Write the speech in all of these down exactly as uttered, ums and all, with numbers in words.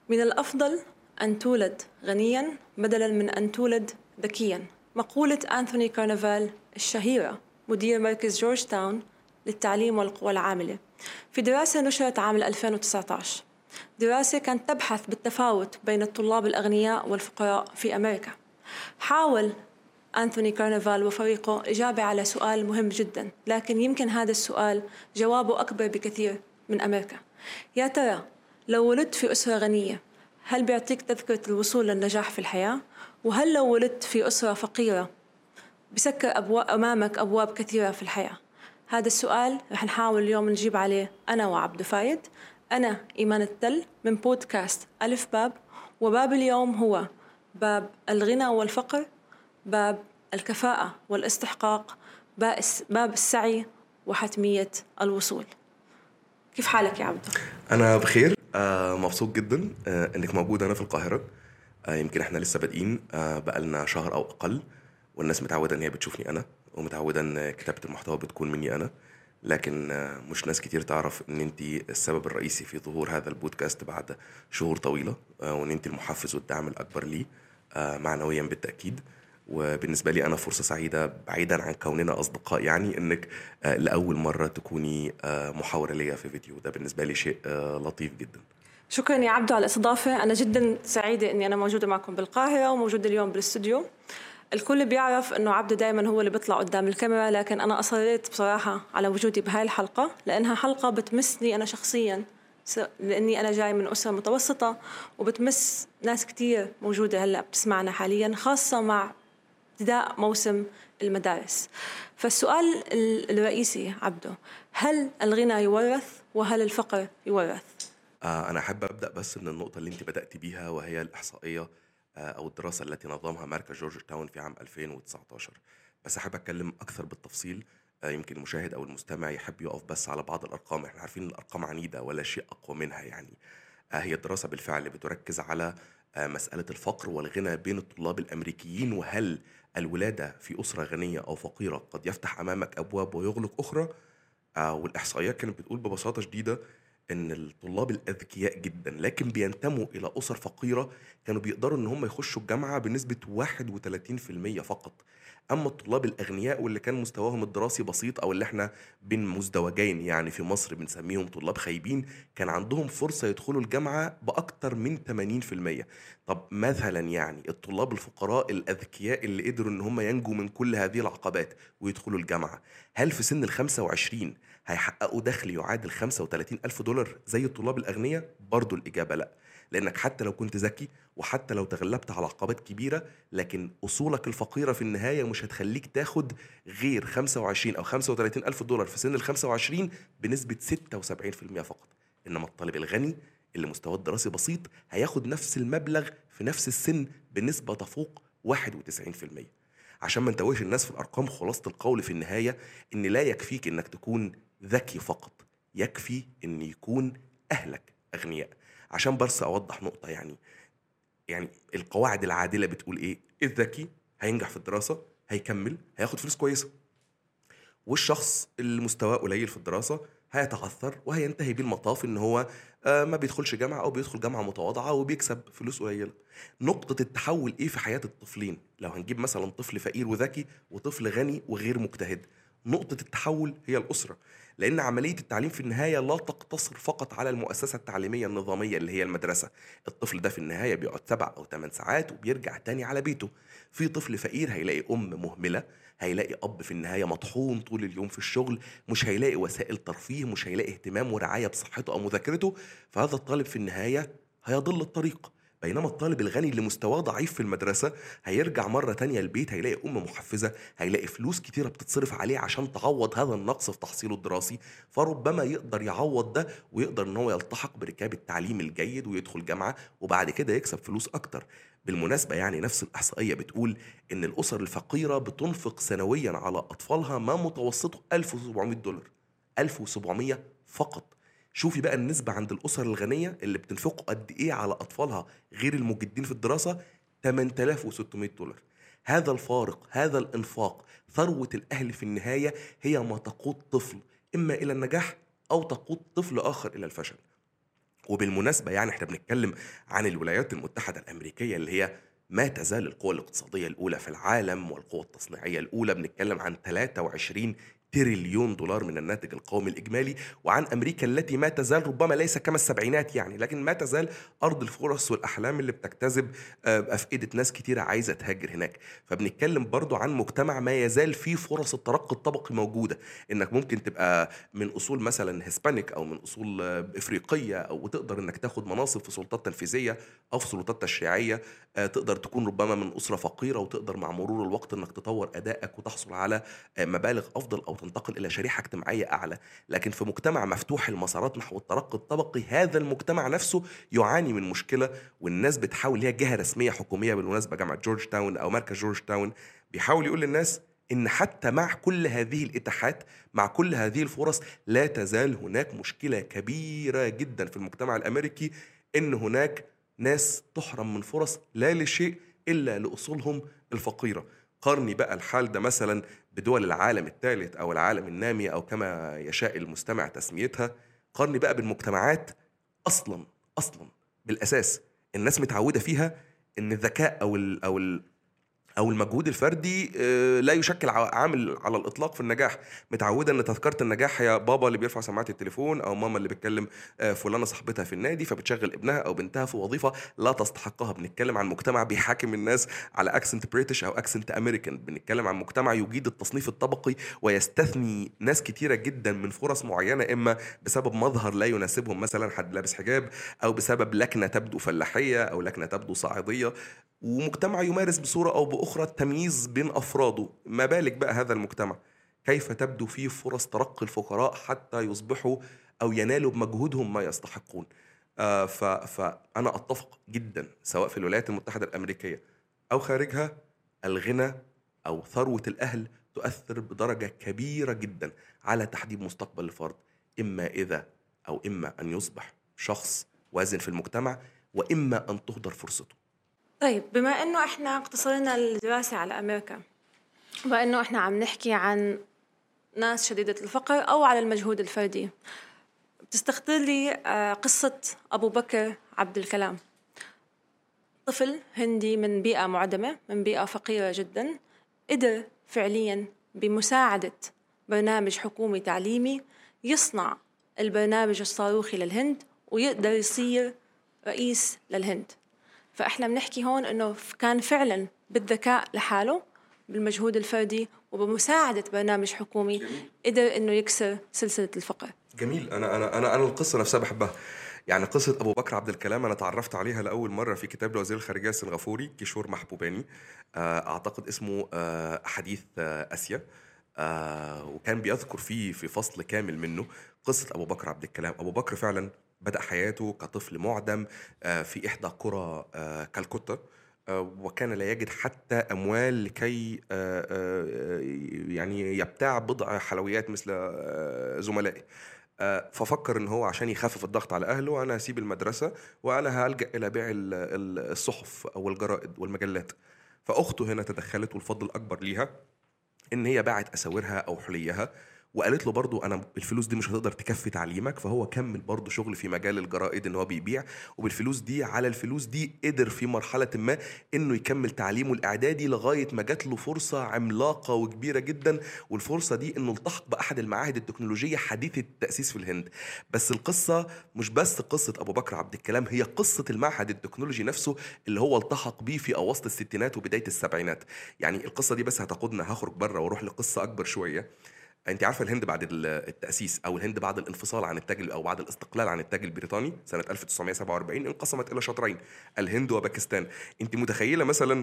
من الأفضل أن تولد غنياً بدلاً من أن تولد ذكياً. مقولة أنثوني كارنفال الشهيرة مدير مركز جورج تاون للتعليم والقوى العاملة في دراسة نشرت عام ألفين وتسعة عشر. دراسة كانت تبحث بالتفاوت بين الطلاب الأغنياء والفقراء في أمريكا. حاول أنثوني كارنفال وفريقه إجابة على سؤال مهم جداً، لكن يمكن هذا السؤال جوابه أكبر بكثير من أمريكا. يا ترى لو ولدت في أسرة غنية هل بيعطيك تذكرة الوصول للنجاح في الحياة؟ وهل لو ولدت في أسرة فقيرة بسكر أبواب أمامك أبواب كثيرة في الحياة؟ هذا السؤال رح نحاول اليوم نجيب عليه أنا وعبد فايد. أنا إيمان التل من بودكاست ألف باب، وباب اليوم هو باب الغنى والفقر، باب الكفاءة والاستحقاق، باب السعي وحتمية الوصول. كيف حالك يا عبدو؟ أنا بخير، آه مبسوط جدا آه إنك موجودة هنا في القاهرة. آه يمكن إحنا لسه بادئين آه بقالنا شهر أو أقل، والناس متعودة إن هي بتشوفني أنا، ومتعودة إن كتابة المحتوى بتكون مني أنا، لكن آه مش ناس كتير تعرف إن أنتي السبب الرئيسي في ظهور هذا البودكاست بعد شهور طويلة، آه وإن أنتي المحفز والدعم الأكبر لي آه معنويا بالتأكيد. وبالنسبة لي أنا فرصة سعيدة بعيدا عن كوننا أصدقاء، يعني إنك آه لأول مرة تكوني آه محاورة ليا في فيديو. ده بالنسبة لي شيء آه لطيف جدا. شكرا يا عبدو على الاستضافة. أنا جدا سعيدة أني أنا موجودة معكم بالقاهرة وموجودة اليوم بالاستوديو. الكل بيعرف أنه عبدو دايما هو اللي بيطلع قدام الكاميرا، لكن أنا أصريت بصراحة على وجودي بهاي الحلقة لأنها حلقة بتمسني أنا شخصيا، لأني أنا جاي من أسرة متوسطة، وبتمس ناس كتير موجودة هلأ بتسمعنا حاليا، خاصة مع ابتداء موسم المدارس. فالسؤال الرئيسي عبدو، هل الغنى يورث وهل الفقر يورث؟ آه أنا أحب أبدأ بس من النقطة اللي أنت بدأت بيها، وهي الإحصائية آه أو الدراسة التي نظمها مركز جورج تاون في عام ألفين وتسعة عشر. بس أحب أتكلم أكثر بالتفصيل. آه يمكن المشاهد أو المستمع يحب يقف بس على بعض الأرقام. إحنا عارفين الأرقام عنيدة ولا شيء أقوى منها يعني. آه هي الدراسة بالفعل بتركز على آه مسألة الفقر والغنى بين الطلاب الأمريكيين، وهل الولادة في أسرة غنية أو فقيرة قد يفتح أمامك أبواب ويغلق أخرى. آه والإحصائيات كانت بتقول ببساطة شديدة إن الطلاب الأذكياء جدا لكن بينتموا إلى أسر فقيرة كانوا بيقدروا إن هم يخشوا الجامعة بنسبة واحد وثلاثين في المية فقط. أما الطلاب الأغنياء واللي كان مستواهم الدراسي بسيط، أو اللي إحنا بين مزدوجين يعني في مصر بنسميهم طلاب خايبين، كان عندهم فرصة يدخلوا الجامعة بأكتر من ثمانين في المية. طب مثلا يعني الطلاب الفقراء الأذكياء اللي قدروا إن هم ينجوا من كل هذه العقبات ويدخلوا الجامعة، هل في سن الخمسة وعشرين هيحققوا دخل يعادل خمسة وثلاثين ألف دولار زي الطلاب الأغنياء؟ برضو الإجابة لأ. لأنك حتى لو كنت ذكي وحتى لو تغلبت على عقبات كبيرة، لكن أصولك الفقيرة في النهاية مش هتخليك تاخد غير خمسة وعشرين أو خمسة وثلاثين ألف دولار في سن الخمسة وعشرين بنسبة ستة وسبعين في المية فقط. إنما الطالب الغني اللي مستواه الدراسي بسيط هياخد نفس المبلغ في نفس السن بنسبة تفوق واحد وتسعين في المية. عشان ما نتوهش الناس في الأرقام، خلاصة القول في النهاية إن لا يكفيك إنك تكون ذكي فقط، يكفي إن يكون أهلك أغنياء. عشان بس أوضح نقطة، يعني يعني القواعد العادلة بتقول إيه؟ الذكي هينجح في الدراسة، هيكمل، هياخد فلوس كويسة. والشخص اللي مستواه قليل في الدراسة هيتعثر وهينتهي بالمطاف إن هو آه، ما بيدخلش جامعة أو بيدخل جامعة متواضعة وبيكسب فلوس قليلة. نقطة التحول إيه في حياة الطفلين؟ لو هنجيب مثلا طفل فقير وذكي وطفل غني وغير مجتهد، نقطة التحول هي الأسرة. لأن عملية التعليم في النهاية لا تقتصر فقط على المؤسسة التعليمية النظامية اللي هي المدرسة. الطفل ده في النهاية بيقعد سبع أو ثمان ساعات وبيرجع تاني على بيته. في طفل فقير هيلاقي أم مهملة، هيلاقي أب في النهاية مطحون طول اليوم في الشغل، مش هيلاقي وسائل ترفيه، مش هيلاقي اهتمام ورعاية بصحته أو مذاكرته. فهذا الطالب في النهاية هيضل الطريق. بينما الطالب الغني اللي مستواه ضعيف في المدرسة هيرجع مرة تانية البيت، هيلاقي أم محفزة، هيلاقي فلوس كتيرة بتتصرف عليه عشان تعوض هذا النقص في تحصيله الدراسي. فربما يقدر يعوض ده ويقدر ان هو يلتحق بركاب التعليم الجيد ويدخل جامعة وبعد كده يكسب فلوس أكتر. بالمناسبة يعني نفس الإحصائية بتقول إن الأسر الفقيرة بتنفق سنويا على أطفالها ما متوسطه ألف وسبعمية دولار. ألف وسبعمية فقط. شوفي بقى النسبة عند الأسر الغنية اللي بتنفقوا قد إيه على أطفالها غير المجدين في الدراسة، ثمانية آلاف وستمية دولار. هذا الفارق، هذا الإنفاق، ثروة الأهل في النهاية هي ما تقود طفل إما إلى النجاح أو تقود طفل آخر إلى الفشل. وبالمناسبة يعني احنا بنتكلم عن الولايات المتحدة الأمريكية اللي هي ما تزال القوة الاقتصادية الأولى في العالم والقوة التصنيعية الأولى. بنتكلم عن ثلاثة وعشرين تريليون دولار من الناتج القومي الإجمالي، وعن أمريكا التي ما تزال ربما ليس كما السبعينات يعني، لكن ما تزال أرض الفرص والأحلام اللي بتجتذب آه، أفئدة ناس كتيرة عايزة تهاجر هناك. فبنتكلم برضو عن مجتمع ما يزال فيه فرص الترقي الطبقي موجودة، إنك ممكن تبقى من أصول مثلا هسبانيك أو من أصول آه، إفريقية، أو تقدر إنك تاخد مناصب في سلطات تنفيذية أو في سلطات تشريعية. آه، تقدر تكون ربما من أسرة فقيرة وتقدر مع مرور الوقت إنك تطور أدائك وتحصل على آه، مبالغ أفضل أو تنتقل إلى شريحة اجتماعية أعلى. لكن في مجتمع مفتوح المسارات نحو الترقي الطبقي، هذا المجتمع نفسه يعاني من مشكلة، والناس بتحاول، هي جهة رسمية حكومية بالمناسبة جامعة جورج تاون أو مركز جورج تاون، بيحاول يقول للناس إن حتى مع كل هذه الإتاحات، مع كل هذه الفرص، لا تزال هناك مشكلة كبيرة جدا في المجتمع الأمريكي، إن هناك ناس تحرم من فرص لا لشيء إلا لأصولهم الفقيرة. قارني بقى الحال ده مثلا بدول العالم الثالث أو العالم النامي أو كما يشاء المستمع تسميتها. قارني بقى بالمجتمعات أصلا أصلا بالأساس الناس متعودة فيها إن الذكاء أو ال أو ال او المجهود الفردي آه، لا يشكل ع- عامل على الاطلاق في النجاح. متعوده ان تذكره النجاح هي بابا اللي بيرفع سماعه التليفون، او ماما اللي بتكلم آه، فلانه صاحبتها في النادي فبتشغل ابنها او بنتها في وظيفه لا تستحقها. بنتكلم عن مجتمع بيحاكم الناس على اكسنت بريتش او اكسنت امريكان. بنتكلم عن مجتمع يجيد التصنيف الطبقي ويستثني ناس كتيره جدا من فرص معينه، اما بسبب مظهر لا يناسبهم، مثلا حد لابس حجاب، او بسبب لكنه تبدو فلاحيه او لكنه تبدو صعيديه. ومجتمع يمارس بصورة أو بأخرى التمييز بين أفراده. ما بالك بقى هذا المجتمع كيف تبدو فيه فرص ترقي الفقراء حتى يصبحوا أو ينالوا بمجهودهم ما يستحقون. آه ف- فأنا أتفق جدا سواء في الولايات المتحدة الأمريكية أو خارجها، الغنى أو ثروة الأهل تؤثر بدرجة كبيرة جدا على تحديد مستقبل الفرد، إما إذا أو إما أن يصبح شخص وازن في المجتمع، وإما أن تهدر فرصته. طيب، بما إنه إحنا اقتصرنا الدراسة على أمريكا، بما إنه إحنا عم نحكي عن ناس شديدة الفقر أو على المجهود الفردي، بتستخدر لي آه، قصة أبو بكر عبد الكلام، طفل هندي من بيئة معدمة، من بيئة فقيرة جدا، قدر فعليا بمساعدة برنامج حكومي تعليمي يصنع البرنامج الصاروخي للهند ويقدر يصير رئيس للهند. فإحنا بنحكي هون إنه كان فعلا بالذكاء لحاله، بالمجهود الفردي، وبمساعدة برنامج حكومي قدر إنه يكسر سلسلة الفقر. جميل. انا انا انا انا القصه نفسها بحبها. يعني قصه ابو بكر عبد الكلام انا تعرفت عليها لاول مره في كتاب لوزير الخارجيه السنغافوري كيشور محبوباني، آه، اعتقد اسمه آه، احاديث آه، اسيا. آه، وكان بيذكر فيه في فصل كامل منه قصه ابو بكر عبد الكلام. ابو بكر فعلا بدأ حياته كطفل معدم آه، في إحدى قرى آه، كالكوتا، آه، وكان لا يجد حتى أموال لكي آه، آه، يعني يبتاع بضع حلويات مثل آه، زملائه. آه، ففكر ان هو عشان يخفف الضغط على اهله، انا هسيب المدرسه وانا هلجأ الى بيع ال- ال- الصحف او الجرائد والمجلات. فاخته هنا تدخلت، والفضل الاكبر ليها ان هي باعت اساورها او حليها، وقالت له برضو انا الفلوس دي مش هتقدر تكفي تعليمك. فهو كمل برضو شغل في مجال الجرائد ان هو بيبيع، وبالفلوس دي على الفلوس دي قدر في مرحلة ما انه يكمل تعليمه الاعدادي لغاية ما جات له فرصة عملاقة وكبيرة جدا، والفرصة دي انه التحق باحد المعاهد التكنولوجية حديثة التأسيس في الهند. بس القصة مش بس قصة ابو بكر عبد الكلام، هي قصة المعهد التكنولوجي نفسه اللي هو التحق بيه في اواسط الستينات وبداية السبعينات. يعني القصة دي بس هتاخدنا، هخرج بره واروح لقصة اكبر شوية. انت عارفه الهند بعد ال- التاسيس، او الهند بعد الانفصال عن التاج، او بعد الاستقلال عن التاج البريطاني سنه ألف وتسعمائة وسبعة وأربعين، انقسمت الى شطرين، الهند وباكستان. انت متخيله مثلا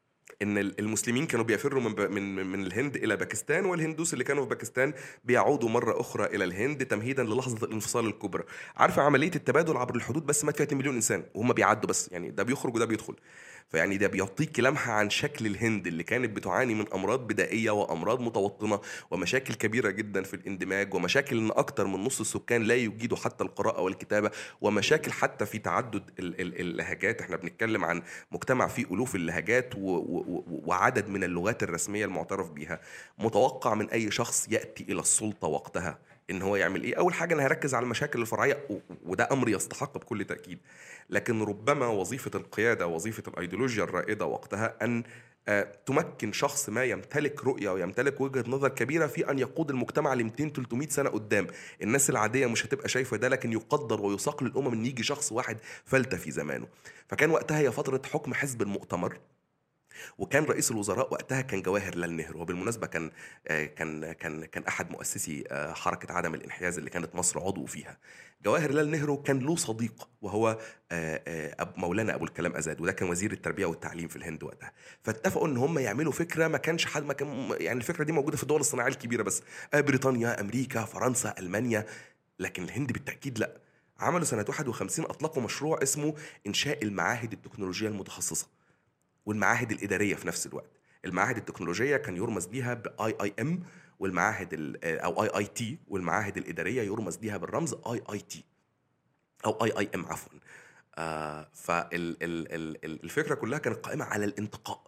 ان ال- المسلمين كانوا بيفروا من ب- من من من الهند الى باكستان، والهندوس اللي كانوا في باكستان بيعودوا مره اخرى الى الهند تمهيدا للحظه الانفصال الكبرى. عارفه عمليه التبادل عبر الحدود بس مات فيها اتنين مليون انسان وهم بيعدوا بس، يعني ده بيخرج وده بيدخل. فيعني ده بيعطيك لمحه عن شكل الهند اللي كانت بتعاني من امراض بدائيه وامراض متوطنه ومشاكل كبيره جدا في الاندماج، ومشاكل ان اكتر من نص السكان لا يجيدوا حتى القراءه والكتابه، ومشاكل حتى في تعدد ال- ال- اللهجات. احنا بنتكلم عن مجتمع فيه الوف اللهجات و- و- و- وعدد من اللغات الرسميه المعترف بها. متوقع من اي شخص ياتي الى السلطه وقتها ان هو يعمل ايه. اول حاجه انا هركز على المشاكل الفرعيه، و- وده امر يستحق بكل تاكيد، لكن ربما وظيفه القياده، وظيفه الايديولوجيا الرائده وقتها ان آه، تمكن شخص ما يمتلك رؤيه ويمتلك وجهه نظر كبيره في ان يقود المجتمع ل مئتين ثلاثمئة سنه قدام. الناس العاديه مش هتبقى شايفه ده، لكن يقدر ويساق للامم ان يجي شخص واحد فلتة في زمانه. فكان وقتها هي فتره حكم حزب المؤتمر، وكان رئيس الوزراء وقتها كان جواهر لال نهرو. وبالمناسبه كان آه، كان كان كان احد مؤسسي آه، حركه عدم الانحياز اللي كانت مصر عضو فيها. جواهر لال نهرو كان له صديق وهو آه، آه، أب- مولانا ابو الكلام ازاد، وده كان وزير التربيه والتعليم في الهند وقتها. فاتفقوا ان هم يعملوا فكره ما كانش حد ما كان يعني الفكره دي موجوده في الدول الصناعيه الكبيره بس، آه، بريطانيا، امريكا، فرنسا، المانيا، لكن الهند بالتاكيد لا. عملوا سنه واحد وخمسين اطلقوا مشروع اسمه انشاء المعاهد التكنولوجيه المتخصصه والمعاهد الإدارية في نفس الوقت. المعاهد التكنولوجية كان يرمز ليها باي اي ام، والمعاهد ال- او اي اي تي، والمعاهد الإدارية يرمز ليها بالرمز اي اي تي او اي اي ام عفوا. آه فالفكرة كلها كانت قائمة على الانتقاء،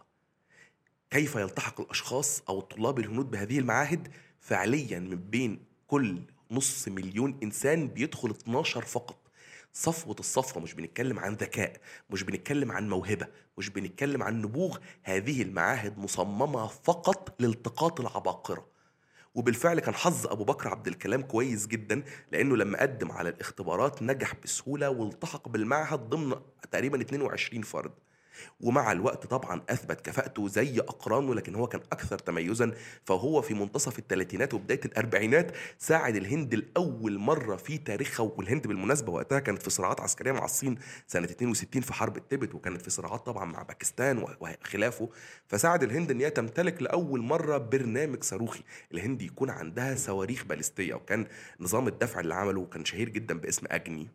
كيف يلتحق الأشخاص أو الطلاب الهنود بهذه المعاهد. فعليا من بين كل نص مليون إنسان بيدخل اتناشر فقط. صفوة الصفوة، مش بنتكلم عن ذكاء، مش بنتكلم عن موهبة، مش بنتكلم عن نبوغ. هذه المعاهد مصممة فقط لالتقاط العباقرة. وبالفعل كان حظ أبو بكر عبد الكلام كويس جدا، لأنه لما قدم على الاختبارات نجح بسهولة والتحق بالمعهد ضمن تقريبا اتنين وعشرين فرد. ومع الوقت طبعا اثبت كفاءته زي اقرانه، لكن هو كان اكثر تميزا. فهو في منتصف الثلاثينات وبدايه الاربعينات ساعد الهند لاول مره في تاريخها. والهند بالمناسبه وقتها كانت في صراعات عسكريه مع الصين سنه اتنين وستين في حرب التبت، وكانت في صراعات طبعا مع باكستان وخلافه. فساعد الهند ان هي تمتلك لاول مره برنامج صاروخي، الهند يكون عندها صواريخ باليستيه. وكان نظام الدفع اللي عمله كان شهير جدا باسم اجني.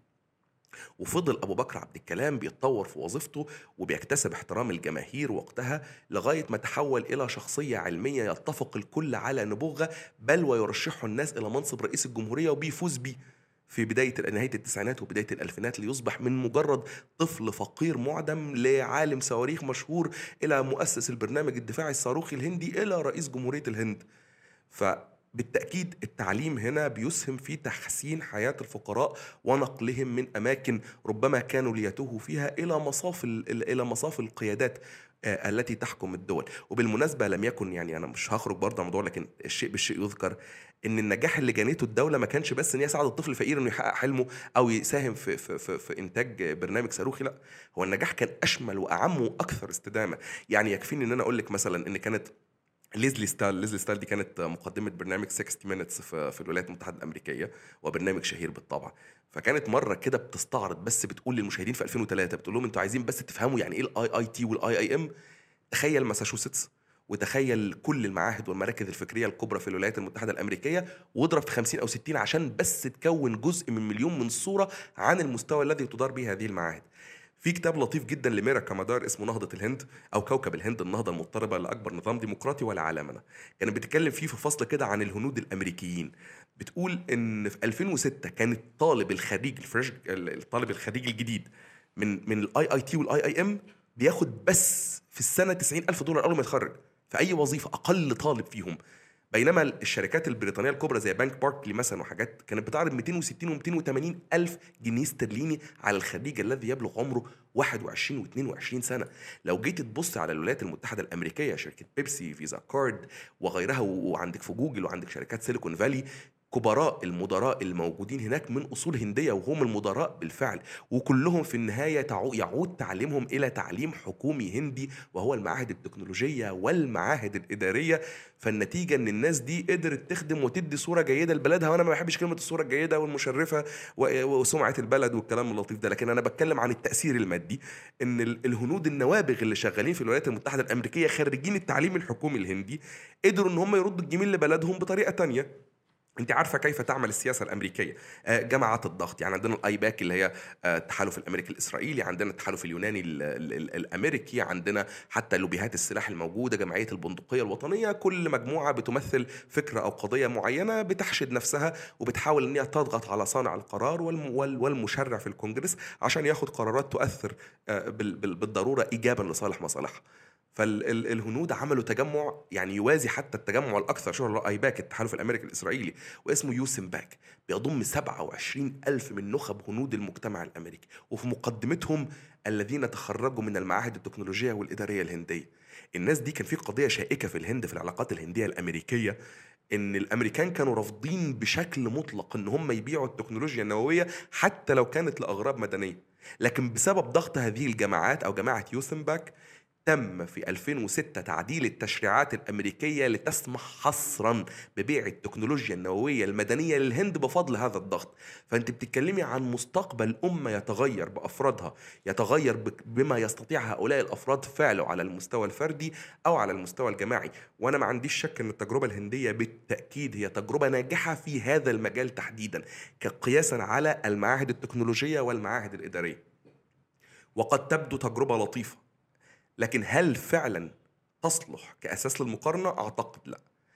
وفضل أبو بكر عبد الكلام بيتطور في وظيفته وبيكتسب احترام الجماهير وقتها، لغاية ما تحول إلى شخصية علمية يتفق الكل على نبوغه، بل ويرشحه الناس إلى منصب رئيس الجمهورية وبيفوز بيه في بداية نهاية التسعينات وبداية الألفينات، ليصبح من مجرد طفل فقير معدم لعالم صواريخ مشهور إلى مؤسس البرنامج الدفاعي الصاروخي الهندي إلى رئيس جمهورية الهند. فبالتأكيد التعليم هنا بيسهم في تحسين حياة الفقراء ونقلهم من أماكن ربما كانوا ليتوهوا فيها إلى مصاف ال- إلى مصاف القيادات آه، التي تحكم الدول. وبالمناسبة لم يكن، يعني أنا مش هخرج برضه عن الموضوع، لكن الشيء بالشيء يذكر إن النجاح اللي جنيته الدولة ما كانش بس إن هي ساعد الطفل الفقير إنه يحقق حلمه أو يساهم في في في, في إنتاج برنامج صاروخي، لا، هو النجاح كان أشمل وأعم وأكثر استدامة. يعني يكفيني إن أنا أقول لك مثلا إن كانت ليزلي ستال ليزلي ستال دي كانت مقدمة برنامج ستين مينتس في, في الولايات المتحدة الأمريكية، وبرنامج شهير بالطبع. فكانت مرة كده بتستعرض، بس بتقول للمشاهدين في ألفين وثلاثة، بتقول لهم انتوا عايزين بس تفهموا يعني ايه الاي اي تي والاي اي ام. تخيل ماساتشوستس، وتخيل كل المعاهد والمراكز الفكرية الكبرى في الولايات المتحدة الأمريكية، واضرب في خمسين أو ستين عشان بس تكون جزء من مليون من صورة عن المستوى الذي تدار به هذه المعاهد. في كتاب لطيف جدا لميرا كمادار اسمه نهضة الهند أو كوكب الهند، النهضة المضطربة لأكبر نظام ديمقراطي ولا عالمنا. كانت بتتكلم فيه في فصل كده عن الهنود الأمريكيين. بتقول إن في ألفين وستة كان الطالب الخريج الفريش، الطالب الخريج الجديد من من الاي اي تي والاي اي ام بياخد بس في السنة تسعين ألف دولار أول ما يتخرج في أي وظيفة، أقل طالب فيهم. بينما الشركات البريطانيه الكبرى زي بنك باركلي مثلا وحاجات كانت بتعرض مئتين وستين و مئتين وثمانين الف جنيه استرليني على الخريج الذي يبلغ عمره واحد وعشرين و اثنين وعشرين سنه. لو جيت تبص على الولايات المتحده الامريكيه، شركه بيبسي، فيزا كارد وغيرها، وعندك في جوجل وعندك شركات سيليكون فالي، كبراء المدراء الموجودين هناك من اصول هنديه وهم المدراء بالفعل، وكلهم في النهايه تعو- يعود تعليمهم الى تعليم حكومي هندي، وهو المعاهد التكنولوجيه والمعاهد الاداريه. فالنتيجه ان الناس دي قدرت تخدم وتدي صوره جيده لبلدها. وانا ما بحبش كلمه الصوره الجيده والمشرفه و- وسمعه البلد والكلام اللطيف ده، لكن انا بتكلم عن التاثير المادي. ان ال- الهنود النوابغ اللي شغالين في الولايات المتحده الامريكيه خريجين التعليم الحكومي الهندي قدروا ان هم يردوا الجميل لبلدهم بطريقه تانية. انت عارفه كيف تعمل السياسه الامريكيه. آه، جماعات الضغط، يعني عندنا الايباك اللي هي آه، التحالف الامريكي الاسرائيلي، عندنا التحالف اليوناني ال ال ال الامريكي، عندنا حتى لوبيهات السلاح الموجوده، جمعيه البندقيه الوطنيه. كل مجموعه بتمثل فكره او قضيه معينه بتحشد نفسها وبتحاول ان هي تضغط على صانع القرار والم- وال- والمشرع في الكونجرس عشان ياخد قرارات تؤثر آه، بال- بال- بالضروره ايجابا لصالح مصالحها. فالهنود عملوا تجمع يعني يوازي حتى التجمع الأكثر شهرة اللي هو أيباك، التحالف الأمريكي الإسرائيلي، واسمه يوسنباك، بيضم سبعة وعشرين ألف من نخب هنود المجتمع الأمريكي، وفي مقدمتهم الذين تخرجوا من المعاهد التكنولوجية والإدارية الهندية. الناس دي كان في قضية شائكة في الهند في العلاقات الهندية الأمريكية، ان الامريكان كانوا رافضين بشكل مطلق ان هم يبيعوا التكنولوجيا النوويه حتى لو كانت لاغراض مدنيه. لكن بسبب ضغط هذه الجماعات او جماعه يوسنباك تم في ألفين وستة تعديل التشريعات الامريكيه لتسمح حصرا ببيع التكنولوجيا النوويه المدنيه للهند بفضل هذا الضغط. فانت بتتكلمي عن مستقبل امه يتغير بافرادها، يتغير بك- بما يستطيع هؤلاء الافراد فعله على المستوى الفردي او على المستوى الجماعي. وانا ما عنديش شك ان التجربه الهنديه بالتاكيد هي تجربه ناجحه في هذا المجال تحديدا، قياسا على المعاهد التكنولوجيه والمعاهد الاداريه. وقد تبدو تجربه لطيفه، لكن هل فعلا تصلح كأساس للمقارنة؟ أعتقد لا،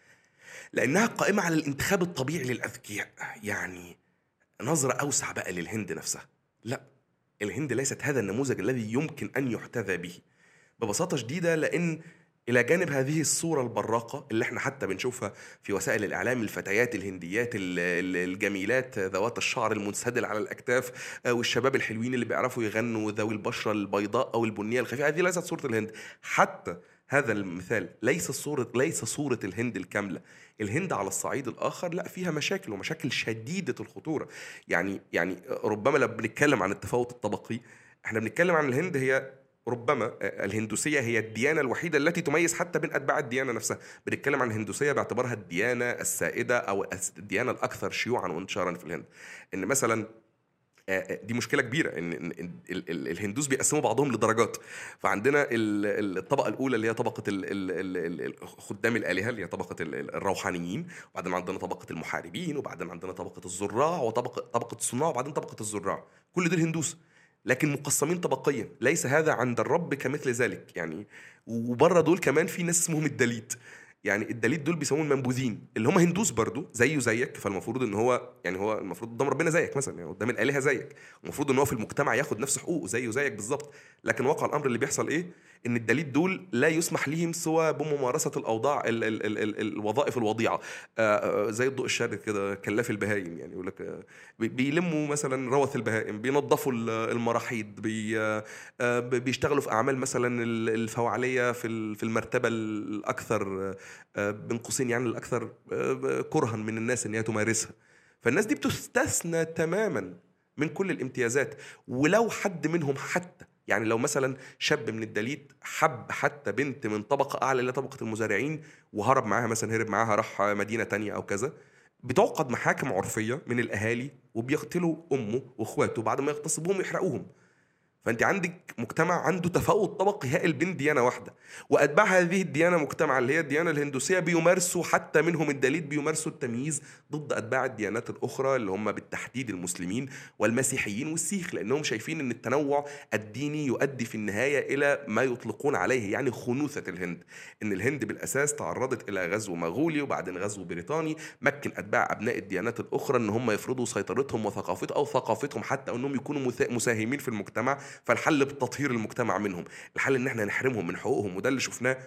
لأنها قائمة على الانتخاب الطبيعي للأذكياء. يعني نظرة أوسع بقى للهند نفسها، لا، الهند ليست هذا النموذج الذي يمكن أن يحتذى به ببساطة شديدة، لأن إلى جانب هذه الصورة البراقة اللي احنا حتى بنشوفها في وسائل الإعلام، الفتيات الهنديات ال- ال- الجميلات ذوات الشعر المنسدل على الأكتاف، آه، والشباب الحلوين اللي بيعرفوا يغنوا ذوي البشرة البيضاء أو البنية الخفيفة، هذه ليست صورة الهند. حتى هذا المثال ليس صورة ليس صورة الهند الكاملة. الهند على الصعيد الآخر لا، فيها مشاكل ومشاكل شديدة الخطورة. يعني يعني ربما لما بنتكلم عن التفاوت الطبقي، احنا بنتكلم عن الهند، هي ربما الهندوسية هي الديانة الوحيدة التي تميز حتى بين أتباع الديانة نفسها. بنتكلم عن الهندوسية باعتبارها الديانة السائدة أو الديانة الأكثر شيوعا وانتشارا في الهند. إن مثلا آه، آه، دي مشكله كبيره ان إن- إن ال- ال- الهندوس بيقسموا بعضهم لدرجات. فعندنا ال- ال- الطبقه الاولى اللي هي طبقه ال- ال- ال- ال- خدام الالهه، اللي هي طبقه ال- ال- الروحانيين، وبعدين عندنا طبقه المحاربين، وبعدين عندنا طبقه الزراع، وطبقه طبقه الصناع، وبعدين طبقه الزراع. كل دول هندوس، لكن مقسمين طبقيا. ليس هذا عند الرب كمثل ذلك يعني. وبره دول كمان في ناس اسمهم الدليت. يعني الدليل دول بيسموهم المنبوذين، اللي هم هندوس برضو زيه زيك. فالمفروض ان هو يعني هو المفروض قدام ربنا زيك مثلا، يعني قدام الالهه زيك، المفروض ان هو في المجتمع ياخد نفس حقوقه زيه زيك بالظبط. لكن واقع الامر اللي بيحصل ايه؟ ان الدليل دول لا يسمح لهم سوى بممارسه الاوضاع ال ال ال ال الوظائف الوضيعه، آه، آه، زي الضوء الشارد كده، كلاف البهايم. يعني يقول لك آه، بي- بيلموا مثلا روث البهائم، بينظفوا ال- المراحيض، بي آه، آه، بيشتغلوا في اعمال مثلا ال- الفوعليه في ال- في المرتبه الاكثر، آه، بين قوسين يعني الأكثر آه، كرها من الناس إن هي تمارسها. فالناس دي بتستثنى تماما من كل الامتيازات. ولو حد منهم حتى، يعني لو مثلا شاب من الدليد حب حتى بنت من طبقة أعلى إلى طبقة المزارعين وهرب معاها، مثلا هرب معاها راح مدينة تانية أو كذا، بتعقد محاكم عرفية من الأهالي وبيقتلوا أمه وإخواته، بعد ما يغتصبوهم ويحرقوهم. فانت عندك مجتمع عنده تفاوت طبقي هائل بين ديانه واحده، واتباع هذه الديانه مجتمع اللي هي الديانه الهندوسيه بيمارسوا، حتى منهم الدليل، بيمارسوا التمييز ضد اتباع الديانات الاخرى اللي هم بالتحديد المسلمين والمسيحيين والسيخ، لانهم شايفين ان التنوع الديني يؤدي في النهايه الى ما يطلقون عليه يعني خنوثه الهند. ان الهند بالاساس تعرضت الى غزو مغولي وبعدين غزو بريطاني مكن اتباع ابناء الديانات الاخرى ان هم يفرضوا سيطرتهم وثقافتهم، او ثقافتهم حتى انهم يكونوا مسا- مساهمين في المجتمع. فالحل بتطهير المجتمع منهم، الحل ان احنا نحرمهم من حقوقهم. وده اللي شفناه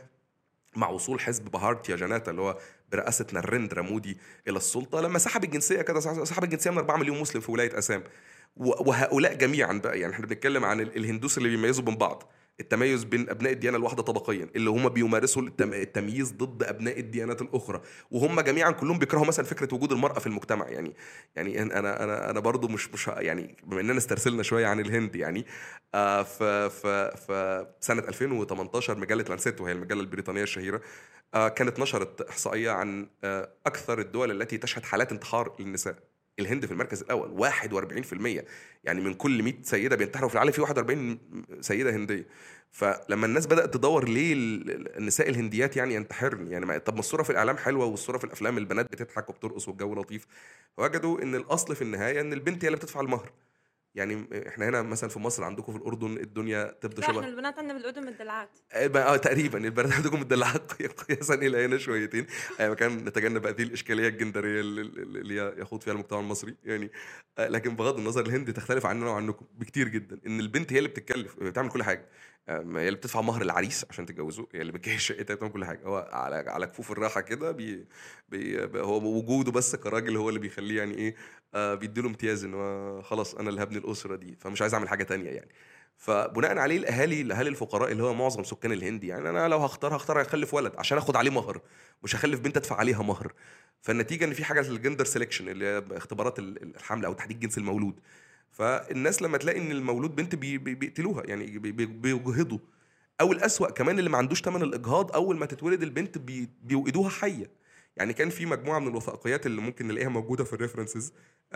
مع وصول حزب بهارتيا جناتا اللي هو برئاسة ناريندرا مودي إلى السلطة، لما سحب الجنسية كده، سحب الجنسية من أربعة مليون مسلم في ولاية أسام. و- وهؤلاء جميعا بقى، يعني احنا بنتكلم عن ال- الهندوس اللي بيميزوا بين بعض، التميز بين ابناء الديانه الواحده طبقيا، اللي هم بيمارسوا التم- التمييز ضد ابناء الديانات الاخرى، وهم جميعا كلهم بيكرهوا مثلا فكره وجود المراه في المجتمع. يعني يعني انا انا انا برضو مش مش يعني بما اننا استرسلنا شويه عن الهند يعني، آه ف ف ف سنه ألفين وتمنتاشر مجله لانسيت، وهي المجله البريطانيه الشهيره، آه كانت نشرت احصائيه عن آه اكثر الدول التي تشهد حالات انتحار للنساء. الهند في المركز الاول واحد وأربعين في المية. يعني من كل مية سيده بينتحروا في العالم في واحد وأربعين سيده هنديه. فلما الناس بدات تدور ليه ال- النساء الهنديات يعني ينتحرن، يعني ما طب ما الصوره في الاعلام حلوه، والصوره في الافلام البنات بتضحك وبترقص والجو لطيف، فوجدوا ان الاصل في النهايه ان البنت هي اللي بتدفع المهر. يعني احنا هنا مثلا في مصر، عندكم في الاردن الدنيا تبدو لا، احنا شبه البنات عندنا بالاردن مدلعات. آه، اه تقريبا البنات عندكم مدلعه قياسا الى هنا شويتين. آه، كان نتجنب هذه الاشكاليه الجندريه اللي اللي يخوض فيها المجتمع المصري يعني. آه، لكن بغض النظر، الهند تختلف عننا وعنكم بكتير جدا، ان البنت هي اللي بتتكلف، بتعمل كل حاجه. آم، هي اللي بتدفع مهر العريس عشان تتجوزه، هي اللي بتجهز شقتها، بتعمل كل حاجه. هو على على كفوف الراحه كده بي بي هو وجوده بس كراجل هو اللي بيخليه يعني ايه، آه بيديله امتياز ان هو خلاص انا اللي هبني الاسره دي، فمش عايز اعمل حاجه تانية يعني. فبناء عليه الاهالي الاهالي الفقراء اللي هو معظم سكان الهند، يعني انا لو هختار هختار اخلف ولد عشان اخد عليه مهر، مش هخلف بنت ادفع عليها مهر. فالنتيجه ان في حاجه الجندر سelection اللي هي اختبارات ال- الحمل او تحديد جنس المولود. فالناس لما تلاقي ان المولود بنت بي- بي- بيقتلوها، يعني بي- بي- بيجهضوا. او الاسوأ كمان اللي ما عندوش ثمن الاجهاض، اول ما تتولد البنت بي- بيوقدوها حيه. يعني كان في مجموعه من الوثائقيات اللي ممكن نلاقيها موجوده في الريفرنسز.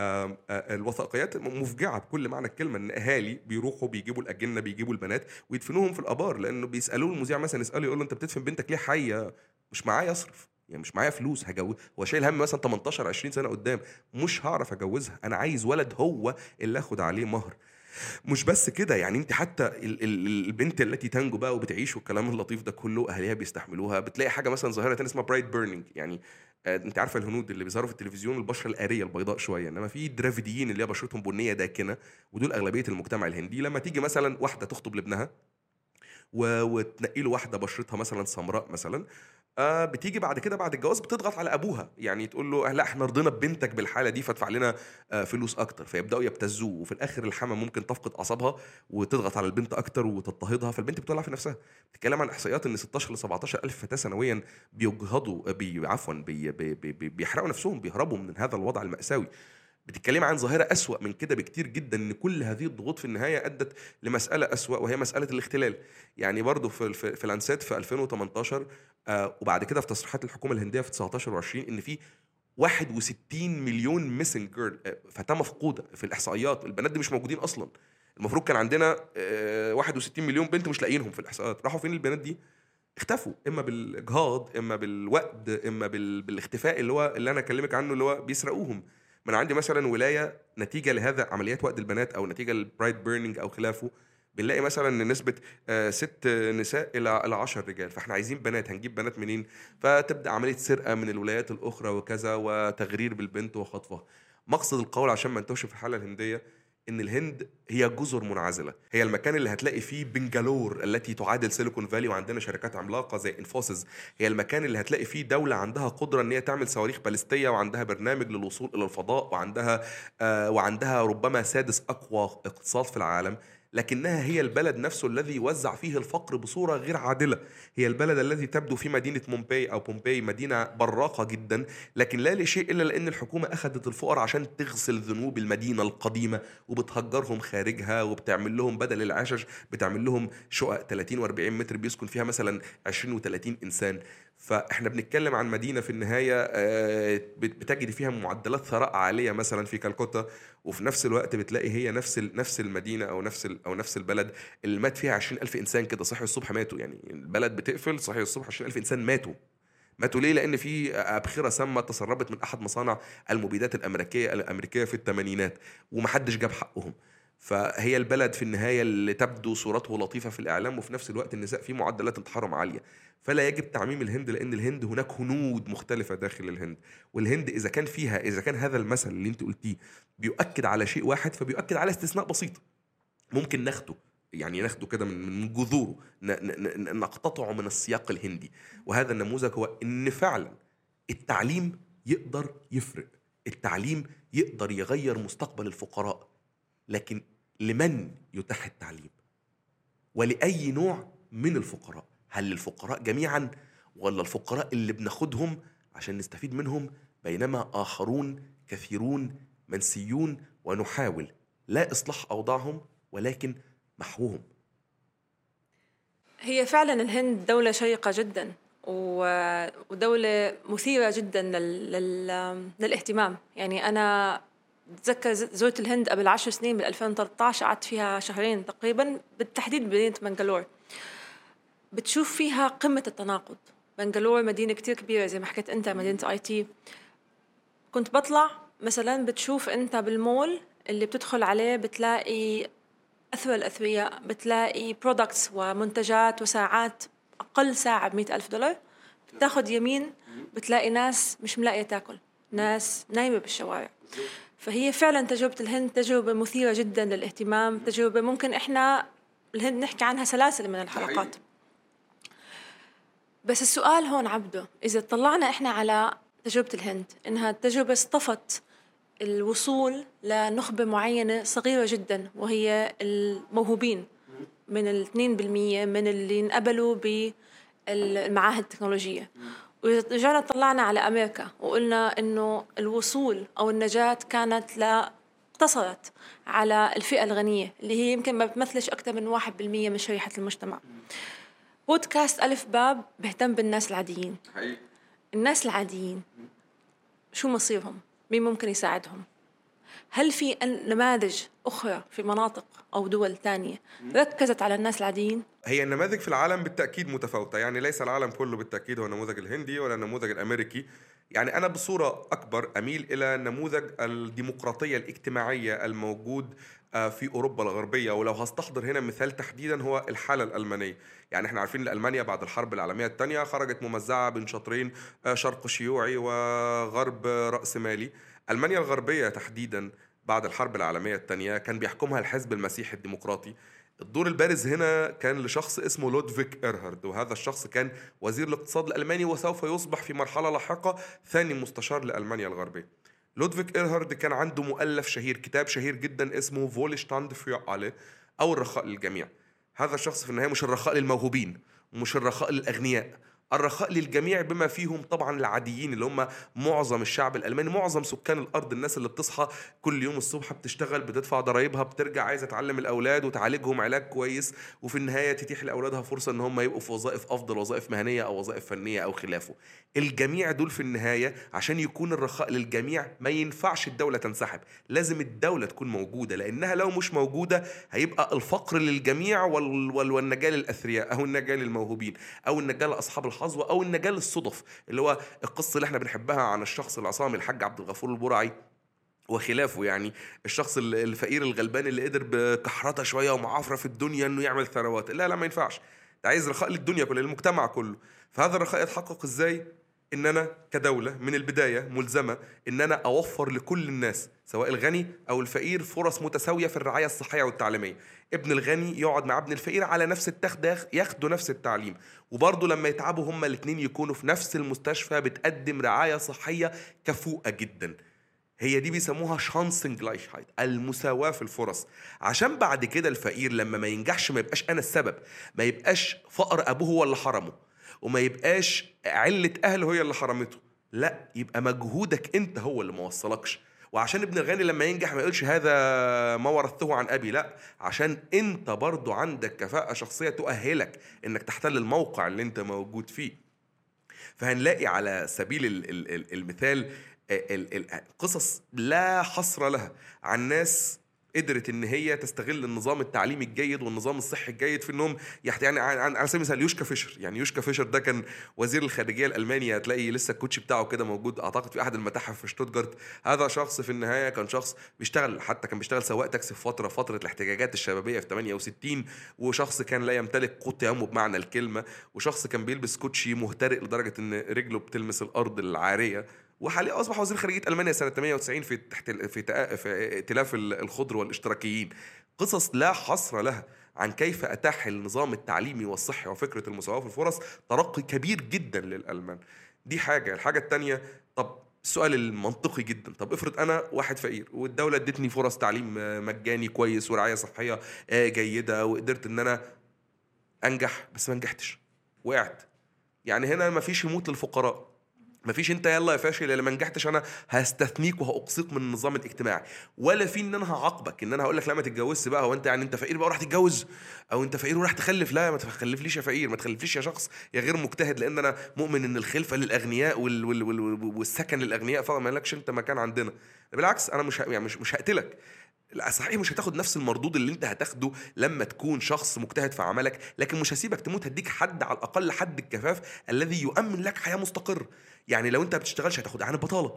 الوثائقيات مفجعه بكل معنى الكلمه، ان اهالي بيروحوا بيجيبوا الاجنه بيجيبوا البنات ويدفنوهم في الابار، لانه بيسالوه المذيع مثلا، يساله يقول له انت بتدفن بنتك ليه حيه؟ مش معايا اصرف، يعني مش معايا فلوس هجوز، هو شايل هم مثلا تمنتاشر عشرين سنه قدام، مش هعرف اجوزها، انا عايز ولد هو اللي اخد عليه مهر. مش بس كده، يعني انت حتى ال- ال- البنت التي تنجو بقى وبتعيش والكلام اللطيف ده كله اهاليها بيستحملوها. بتلاقي حاجه مثلا ظاهره تانية اسمها برايت بيرنينج، يعني آه، انت عارفه الهنود اللي بيظهروا في التلفزيون البشره الآرية البيضاء شويه، انما في درافيديين اللي هي بشرتهم بنيه داكنه، ودول اغلبيه المجتمع الهندي. لما تيجي مثلا واحده تخطب لابنها و... وتنقي له واحده بشرتها مثلا سمراء مثلا، آه بتيجي بعد كده بعد الجواز بتضغط على ابوها، يعني تقول له لا احنا رضينا ببنتك بالحاله دي فادفع لنا آه فلوس اكتر، فيبداوا يبتزوه، وفي الاخر الحما ممكن تفقد اعصابها وتضغط على البنت اكتر وتضطهدها، فالبنت بتولع في نفسها. بتتكلم عن احصائيات ان ستاشر ل سبعتاشر الف فتاه سنويا بيجهضوا، بي عفوا بي بي بي بي بيحرقوا نفسهم، بيهربوا من هذا الوضع المأساوي. بتتكلم عن ظاهرة أسوأ من كده بكتير جدا، إن كل هذه الضغوط في النهاية أدت لمسألة أسوأ، وهي مسألة الاختلال. يعني برضو في في في لانسيت في ألفين وتمنتاشر، آه وبعد كده في تصريحات الحكومة الهندية في تسعتاشر وعشرين، إن في واحد وستين مليون ميسنج جيرل، فتاة مفقودة في الإحصائيات. البنات دي مش موجودين أصلا. المفروض كان عندنا آه واحد وستين مليون بنت مش لاقيينهم في الإحصائيات، راحوا فين البنات دي؟ اختفوا، اما بالاجهاض اما بالوقت اما بال... بالاختفاء اللي هو اللي انا اكلمك عنه، اللي هو بيسرقوهم. ما انا عندي مثلا ولايه نتيجه لهذا عمليات وقت البنات او نتيجه للبرايت بيرنينج او خلافه، بنلاقي مثلا ان نسبه آه، ست نساء الى الى عشر رجال، فاحنا عايزين بنات، هنجيب بنات منين؟ فتبدا عمليه سرقه من الولايات الاخرى وكذا، وتغرير بالبنت وخطفها. مقصد القول عشان ما انتهش في الحاله الهنديه، ان الهند هي جزر منعزله، هي المكان اللي هتلاقي فيه بنجالور التي تعادل سيليكون فالي وعندنا شركات عملاقه زي انفوسيس، هي المكان اللي هتلاقي فيه دوله عندها قدره ان هي تعمل صواريخ باليستيه، وعندها برنامج للوصول الى الفضاء، وعندها آه وعندها ربما سادس اقوى اقتصاد في العالم. لكنها هي البلد نفسه الذي وزع فيه الفقر بصوره غير عادله. هي البلد الذي تبدو في مدينه مومباي او بومباي مدينه براقه جدا، لكن لا لشيء الا لان الحكومه اخذت الفقراء عشان تغسل ذنوب المدينه القديمه، وبتهجرهم خارجها، وبتعمل لهم بدل العشش بتعمل لهم شقق تلاتين و40 متر بيسكن فيها مثلا عشرين و30 انسان. فاحنا بنتكلم عن مدينه في النهايه آه، بت- بتجد فيها معدلات ثراء عاليه مثلا في كالكوتا، وفي نفس الوقت بتلاقي هي نفس ال- نفس المدينه او نفس ال- او نفس البلد اللي مات فيها عشرين الف انسان كده، صحي الصبح ماتوا. يعني البلد بتقفل صحي الصبح عشرين الف انسان ماتوا. ماتوا ليه؟ لان في ابخره سامه تسربت من احد مصانع المبيدات الامريكيه الامريكيه في الثمانينات، ومحدش جاب حقهم. فهي البلد في النهايه اللي تبدو صورته لطيفه في الاعلام، وفي نفس الوقت النساء فيه معدلات انتحارهم عاليه. فلا يجب تعميم الهند، لان الهند هناك هنود مختلفه داخل الهند. والهند اذا كان فيها اذا كان هذا المثل اللي انت قلتيه بيؤكد على شيء واحد، فبيؤكد على استثناء بسيط ممكن ناخده، يعني ناخده كده من من جذوره، ن- ن- ن- نقتطعه من السياق الهندي. وهذا النموذج هو ان فعلا التعليم يقدر يفرق، التعليم يقدر يغير مستقبل الفقراء، لكن لمن يتاح التعليم؟ ولأي نوع من الفقراء؟ هل للفقراء جميعا، ولا الفقراء اللي بناخدهم عشان نستفيد منهم، بينما آخرون كثيرون منسيون ونحاول لا إصلاح أوضاعهم ولكن محوهم؟ هي فعلا الهند دولة شيقة جدا، و- ودولة مثيرة جدا لل... لل... للاهتمام. يعني أنا بتذكر ز- زرت الهند قبل عشر سنين بال ألفين وثلاثة عشر، قعدت فيها شهرين تقريبا، بالتحديد بمدينة بنغالور. بتشوف فيها قمة التناقض. بنغالور مدينة كتير كبيرة زي ما حكيت أنت، مدينة آي تي. كنت بطلع مثلا بتشوف أنت بالمول اللي بتدخل عليه بتلاقي أثرى الأثرياء، بتلاقي برودكتس ومنتجات وساعات أقل ساعة بمئة ألف دولار. بتاخد يمين بتلاقي ناس مش ملاقية تاكل، ناس نايمة بالشوارع. فهي فعلا تجربة الهند تجربة مثيرة جدا للاهتمام، تجربة ممكن إحنا الهند نحكي عنها سلاسل من الحلقات. بس السؤال هون عبده، إذا طلعنا إحنا على تجربة الهند إنها تجربة اصطفت الوصول لنخبة معينة صغيرة جدا وهي الموهوبين من الاثنين بالمية من اللي انقبلوا بالمعاهد التكنولوجية، ورجعنا طلعنا على أمريكا وقلنا إنه الوصول أو النجاة كانت لا اقتصرت على الفئة الغنية اللي هي يمكن ما بتمثلش أكثر من واحد بالمية من شريحة المجتمع. بودكاست ألف باب بهتم بالناس العاديين. حقيقي. الناس العاديين شو مصيرهم؟ مين ممكن يساعدهم؟ هل في نماذج أخرى في مناطق أو دول تانية ركزت على الناس العاديين؟ هي النماذج في العالم بالتأكيد متفاوتة، يعني ليس العالم كله بالتأكيد هو النموذج الهندي ولا النموذج الأمريكي. يعني أنا بصورة أكبر أميل إلى نموذج الديمقراطية الاجتماعية الموجود في أوروبا الغربية، ولو هستحضر هنا مثال تحديدا هو الحالة الألمانية. يعني احنا عارفين ألمانيا بعد الحرب العالمية الثانية خرجت ممزعة بين شطرين، شرق شيوعي وغرب رأسمالي. ألمانيا الغربية تحديدا بعد الحرب العالمية الثانية كان بيحكمها الحزب المسيحي الديمقراطي. الدور البارز هنا كان لشخص اسمه لودفيك إيرهارد، وهذا الشخص كان وزير الاقتصاد الألماني وسوف يصبح في مرحلة لاحقة ثاني مستشار لألمانيا الغربية. لودفيك إيرهارد كان عنده مؤلف شهير، كتاب شهير جدا اسمه فولشتاند في alle أو الرخاء للجميع. هذا الشخص في النهاية مش الرخاء للموهوبين ومش الرخاء للأغنياء، الرخاء للجميع بما فيهم طبعا العاديين اللي هم معظم الشعب الألماني، معظم سكان الأرض، الناس اللي بتصحى كل يوم الصبح بتشتغل بتدفع ضرائبها بترجع عايزة تعلم الأولاد وتعالجهم علاج كويس، وفي النهاية تتيح لأولادها فرصة ان هم يبقوا في وظائف أفضل، وظائف مهنية أو وظائف فنية أو خلافه. الجميع دول في النهاية عشان يكون الرخاء للجميع ما ينفعش الدولة تنسحب، لازم الدولة تكون موجودة، لأنها لو مش موجودة هيبقى الفقر للجميع والنجاة للأثرياء أو النجاة للموهوبين أو النجاة لأصحاب الحظوة أو النجاة للصدف، اللي هو القصة اللي احنا بنحبها عن الشخص العصامي الحاج عبد الغفور البرعي وخلافه. يعني الشخص الفقير الغلبان اللي قدر بكحرته شوية ومعافرة في الدنيا انه يعمل ثروات. لا لا ما ينفعش، ده عايز رخاء للدنيا كلها للمجتمع كله. فهذا الرخاء يتحقق ازاي؟ ان انا كدولة من البداية ملزمة ان انا اوفر لكل الناس سواء الغني او الفقير فرص متساوية في الرعاية الصحية والتعليمية. ابن الغني يقعد مع ابن الفقير على نفس التخت، ياخدوا نفس التعليم، وبرضه لما يتعبوا هما الاثنين يكونوا في نفس المستشفى بتقدم رعاية صحية كفؤة جدا. هي دي بيسموها شانسنجلايشهايت، المساواة في الفرص، عشان بعد كده الفقير لما ما ينجحش ما يبقاش انا السبب، ما يبقاش فقر ابوه هو اللي حرمه، وما يبقاش علة أهله هي اللي حرمته، لا يبقى مجهودك أنت هو اللي ما وصلكش. وعشان ابن الغني لما ينجح ما يقولش هذا ما ورثته عن أبي، لا عشان أنت برضو عندك كفاءة شخصية تؤهلك أنك تحتل الموقع اللي أنت موجود فيه. فهنلاقي على سبيل المثال قصص لا حصر لها عن ناس قدرت ان هي تستغل النظام التعليمي الجيد والنظام الصحي الجيد في انهم يعني على سبيل المثال يوشكا فيشر. يعني يوشكا فيشر ده كان وزير الخارجيه الالماني، هتلاقي لسه الكوتش بتاعه كده موجود اعتقد في احد المتاحف في شتوتجارت. هذا شخص في النهايه كان شخص بيشتغل، حتى كان بيشتغل سواق تاكسي في فتره فتره الاحتجاجات الشبابيه في ثمانية وستين، وشخص كان لا يمتلك قوت يومه بمعنى الكلمه، وشخص كان بيلبس كوتشي مهترئ لدرجه ان رجله بتلمس الارض العاريه، وحاليا اصبح وزير خارجيه المانيا سنه ثمانية وتسعين في تحت في في ائتلاف الخضر والاشتراكيين. قصص لا حصر لها عن كيف اتاح النظام التعليمي والصحي وفكره المساواه في الفرص ترقي كبير جدا للالمان. دي حاجه. الحاجه الثانيه، طب السؤال المنطقي جدا، طب افرض انا واحد فقير والدوله ادتني فرص تعليم مجاني كويس ورعايه صحيه جيده وقدرت ان انا انجح، بس ما نجحتش وقعت. يعني هنا ما فيش يموت للفقراء، مفيش انت يلا يا فاشل اللي ما نجحتش انا هستثنيك وهاقصيك من النظام الاجتماعي، ولا في ان انا هعاقبك ان انا هقول لك لا ما تتجوزش بقى، هو انت يعني انت فقير بقى وراح تتجوز، او انت فقير وراح تخلف، لا ما تخلفليش يا فقير، ما تخلفليش يا شخص يا غير مجتهد، لان انا مؤمن ان الخلفه للاغنياء وال وال وال والسكن للاغنياء، فما لكش انت مكان عندنا. بالعكس انا مش يعني مش مش هقتلك، صحيح مش هتاخد نفس المردود اللي انت هتاخده لما تكون شخص مجتهد في عملك، لكن مش هسيبك تموت، هديك حد على الاقل حد الكفاف الذي يؤمن لك حياه مستقره. يعني لو انت بتشتغلش هتاخد عن البطاله،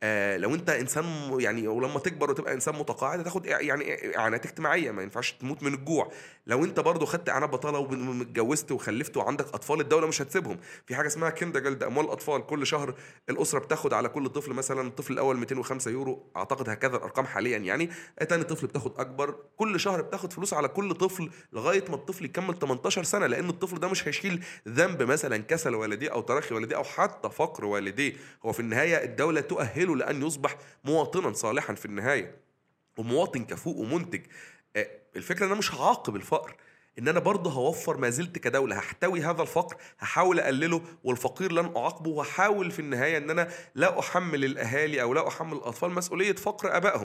آه لو انت انسان م- يعني ولما تكبر وتبقى انسان متقاعد هتاخد إع- يعني اعانات اجتماعيه، ما ينفعش تموت من الجوع. لو انت برضو خدت اعانات بطاله واتجوزت وخلفت وعندك اطفال، الدوله مش هتسيبهم. في حاجه اسمها كيندرجارتن، اموال الاطفال، كل شهر الاسره بتاخد على كل طفل مثلا، الطفل الاول مئتين وخمسة يورو اعتقد، هكذا الارقام حاليا يعني. تاني طفل بتاخد اكبر، كل شهر بتاخد فلوس على كل طفل لغايه ما الطفل يكمل تمنتاشر سنه، لان الطفل ده مش هيشيل ذنب مثلا كسل والديه او تراخي والديه او حتى فقر والديه. هو في النهايه الدوله تؤهله لان يصبح مواطنا صالحا في النهايه، ومواطن كفؤ ومنتج. آه، الفكره ان انا مش هعاقب الفقر، ان انا برضه هوفر، ما زلت كدوله هحتوي هذا الفقر، هحاول اقلله، والفقير لن اعاقبه، وهحاول في النهايه ان انا لا احمل الاهالي او لا احمل الاطفال مسؤوليه فقر ابائهم.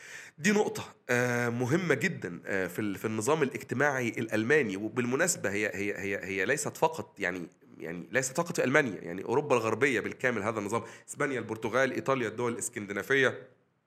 دي نقطة آه، مهمة جدا آه، في ال- في النظام الاجتماعي الألماني. وبالمناسبة هي هي هي هي ليست فقط يعني يعني ليست فقط في ألمانيا، يعني أوروبا الغربية بالكامل هذا النظام، إسبانيا، البرتغال، إيطاليا، الدول الإسكندنافية